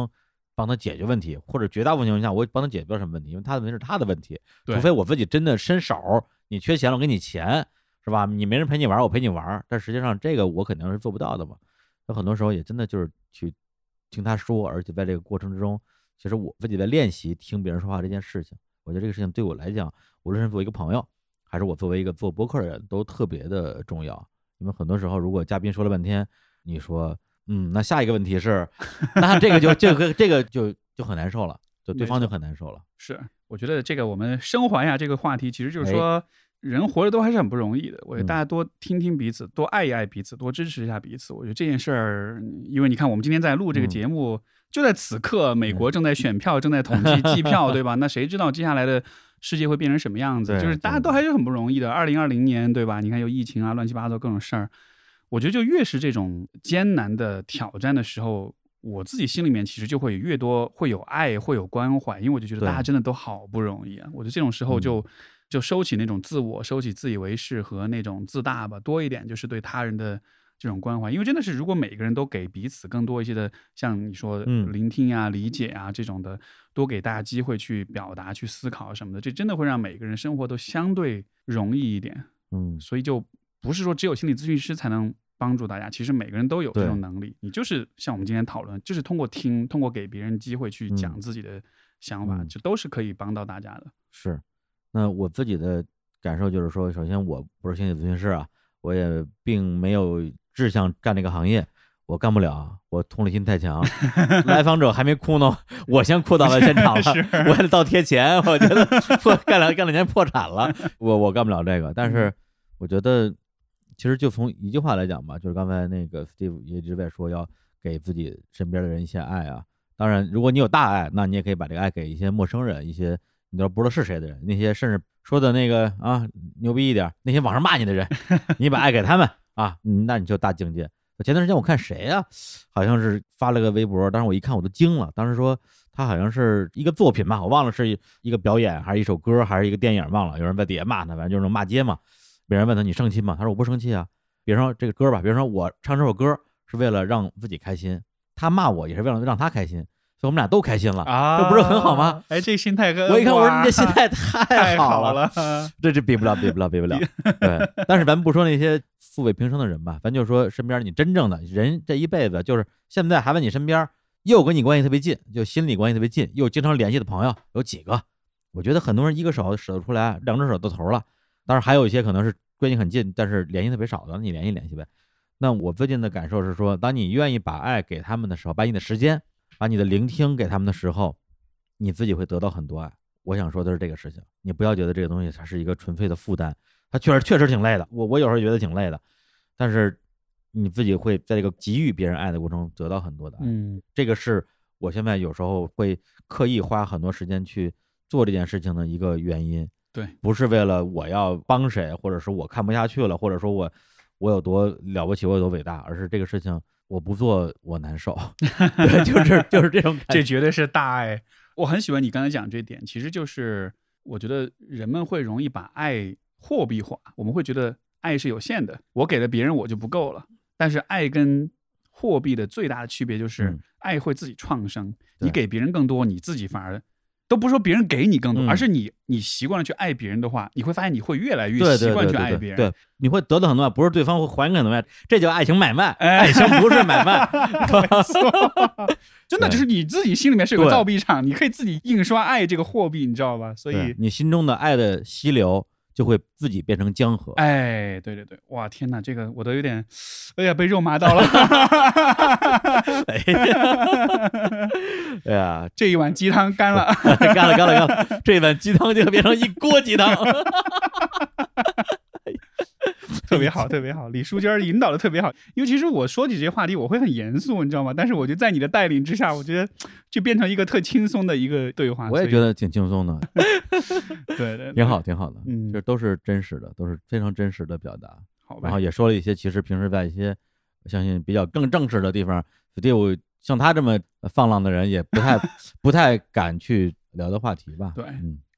帮他解决问题，或者绝大部分情况下我帮他解决不了什么问题，因为他的问题是他的问题， 对除非我自己真的伸手，你缺钱了我给你钱，是吧？你没人陪你玩我陪你玩，但实际上这个我肯定是做不到的嘛。有很多时候也真的就是去听他说，而且在这个过程之中，其实我自己在练习听别人说话这件事情。我觉得这个事情对我来讲，无论是作为一个朋友，还是我作为一个做播客的人，都特别的重要。因为很多时候，如果嘉宾说了半天，你说，嗯，那下一个问题是，那这个就这个这个就就很难受了，就对方就很难受了。 是，我觉得这个我们升华一下这个话题，其实就是说，人活着都还是很不容易的。我觉得大家多听听彼此，多爱一爱彼此，多支持一下彼此。我觉得这件事儿，因为你看，我们今天在录这个节目，嗯、就在此刻，美国正在选票，正在统计计票，对吧？那谁知道接下来的世界会变成什么样子？就是大家都还是很不容易的。二零二零年，对吧？你看有疫情啊，乱七八糟各种事儿。我觉得就越是这种艰难的挑战的时候，我自己心里面其实就会越多会有爱，会有关怀，因为我就觉得大家真的都好不容易啊。我觉得这种时候就、嗯、就收起那种自我，收起自以为是和那种自大吧，多一点就是对他人的这种关怀。因为真的是如果每个人都给彼此更多一些的，像你说聆听啊、理解啊这种的，多给大家机会去表达、去思考什么的，这真的会让每个人生活都相对容易一点。 嗯， 所以就不是说只有心理咨询师才能帮助大家，其实每个人都有这种能力。你就是像我们今天讨论，就是通过听，通过给别人机会去讲自己的想法， 嗯、 就都是可以帮到大家的。 是，那我自己的感受就是说，首先我不是心理咨询师啊，我也并没有志向干这个行业，我干不了，我同理心太强。来访者还没哭呢，我先哭到了现场了，我还得倒贴钱，我觉得破干两干两年破产了，我我干不了这个。但是我觉得。其实就从一句话来讲吧，就是刚才那个 Steve 也一直在说要给自己身边的人一些爱啊。当然，如果你有大爱，那你也可以把这个爱给一些陌生人，一些你都不知道是谁的人，那些甚至说的那个啊牛逼一点，那些网上骂你的人，你把爱给他们啊，那你就大境界。前段时间我看谁啊，好像是发了个微博，当时我一看我都惊了，当时说他好像是一个作品吧，我忘了是一个表演还是一首歌还是一个电影，忘了，有人在底下骂他，反正就是那种骂街嘛。别人问他你生气吗？他说我不生气啊。比如说这个歌吧，比如说我唱这首歌是为了让自己开心，他骂我也是为了让他开心，所以我们俩都开心了啊，这不是很好吗？ 哎，这心态跟我一看我说你这心态太好了， 好了这这比不了比不了比不了。对，但是咱不说那些素未平生的人吧，咱就说身边你真正的人，这一辈子就是现在还在你身边，又跟你关系特别近，就心理关系特别近，又经常联系的朋友有几个？我觉得很多人一个手舍得出来，两只手到头了。当然还有一些可能是关系很近，但是联系特别少的，你联系联系呗。那我最近的感受是说，当你愿意把爱给他们的时候，把你的时间，把你的聆听给他们的时候，你自己会得到很多爱。我想说的是这个事情，你不要觉得这个东西它是一个纯粹的负担，它确实确实挺累的。我我有时候觉得挺累的，但是你自己会在这个给予别人爱的过程中得到很多的爱。 嗯， 这个是我现在有时候会刻意花很多时间去做这件事情的一个原因。 对， 不是为了我要帮谁，或者说我看不下去了，或者说我我有多了不起，我有多伟大，而是这个事情我不做我难受。对，就是就是这种感觉， 这绝对是大爱。我很喜欢你刚才讲这点，其实就是我觉得人们会容易把爱货币化，我们会觉得爱是有限的，我给了别人我就不够了。但是爱跟货币的最大的区别就是，爱会自己创生，嗯、你给别人更多，你自己反而。都不是说别人给你更多， 嗯、 而是你你习惯了去爱别人的话，你会发现你会越来越习惯去爱别人。 对，你会得到很多爱，不是对方会还你很多爱，这叫爱情买卖。哎、爱情不是买卖， 真的就是你自己心里面是有个造币厂，你可以自己印刷爱这个货币，你知道吧？所以你心中的爱的溪流就会自己变成江河。 哎，对对对，哇，天哪，这个我都有点，哎呀，被肉麻到了。 哎呀， 这一碗鸡汤干了， 干了干了干了，这一碗鸡汤就变成一锅鸡汤。 特别好，特别好，李叔今儿引导的特别好。因为其实我说起这些话题，我会很严肃，你知道吗？但是我觉得在你的带领之下，我觉得就变成一个特轻松的一个对话。 我也觉得挺轻松的， 对, 对对， 挺好，挺好的。 嗯， 这都是真实的，都是非常真实的表达。 好， 然后也说了一些，其实平时在一些我相信比较更正式的地方 ，Steve 像他这么放浪的人，也不太不太敢去聊的话题吧。 对， 嗯，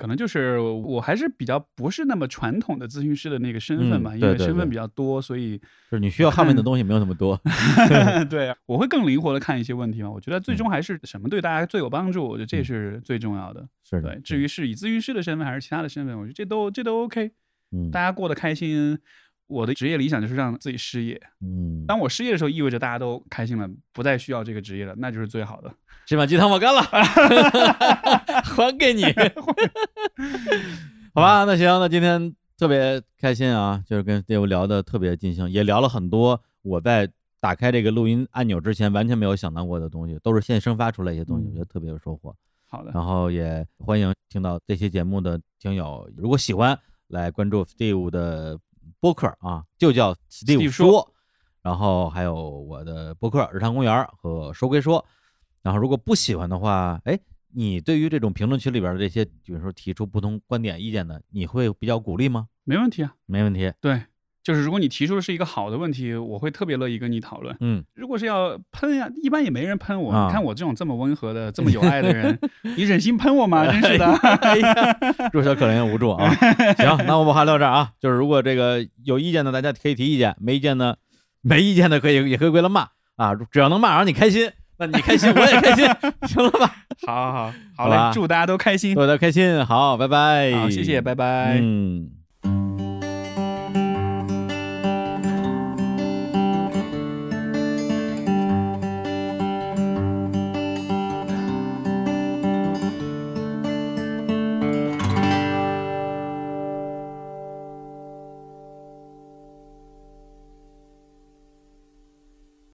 可能就是我还是比较不是那么传统的咨询师的那个身份嘛， 嗯、 因为身份比较多，所以就是你需要看问的东西没有那么多。 对，我会更灵活的看一些问题嘛。我觉得最终还是什么对大家最有帮助，我觉得这是最重要的。 嗯、是的。 对，至于是以咨询师的身份还是其他的身份，我觉得这都这都 OK。 嗯， 大家过得开心。我的职业理想就是让自己失业。 嗯， 当我失业的时候，意味着大家都开心了，不再需要这个职业了，那就是最好的。 这碗鸡汤我干了，还给你。好吧，那行，那今天特别开心啊，就是跟 Dave 聊的特别尽兴，也聊了很多我在打开这个录音按钮之前完全没有想到过的东西，都是现生发出来一些东西，嗯、我觉得特别有收获。 好的， 然后也欢迎听到这期节目的听友，如果喜欢，来关注 Steve 的播客啊，就叫 Steve 说，然后还有我的播客日坛公园和说归说。然后如果不喜欢的话，哎，你对于这种评论区里边的这些，比如说提出不同观点意见的，你会比较鼓励吗？ 没问题啊， 没问题。 对，就是如果你提出的是一个好的问题，我会特别乐意跟你讨论。 嗯， 如果是要喷呀，一般也没人喷我。啊、你看我这种这么温和的、这么有爱的人，你忍心喷我吗？真是的， 哎呀，弱小可怜无助啊！行，那我们还聊这儿啊。就是如果这个有意见的，大家可以提意见；没意见的，没意见的可以也可以归了骂啊，只要能骂让你开心。那你开心，我也开心，行了吧？ 好好好，好嘞，祝大家都开心， 祝大家开心，好，拜拜。 好，谢谢，拜拜。 嗯。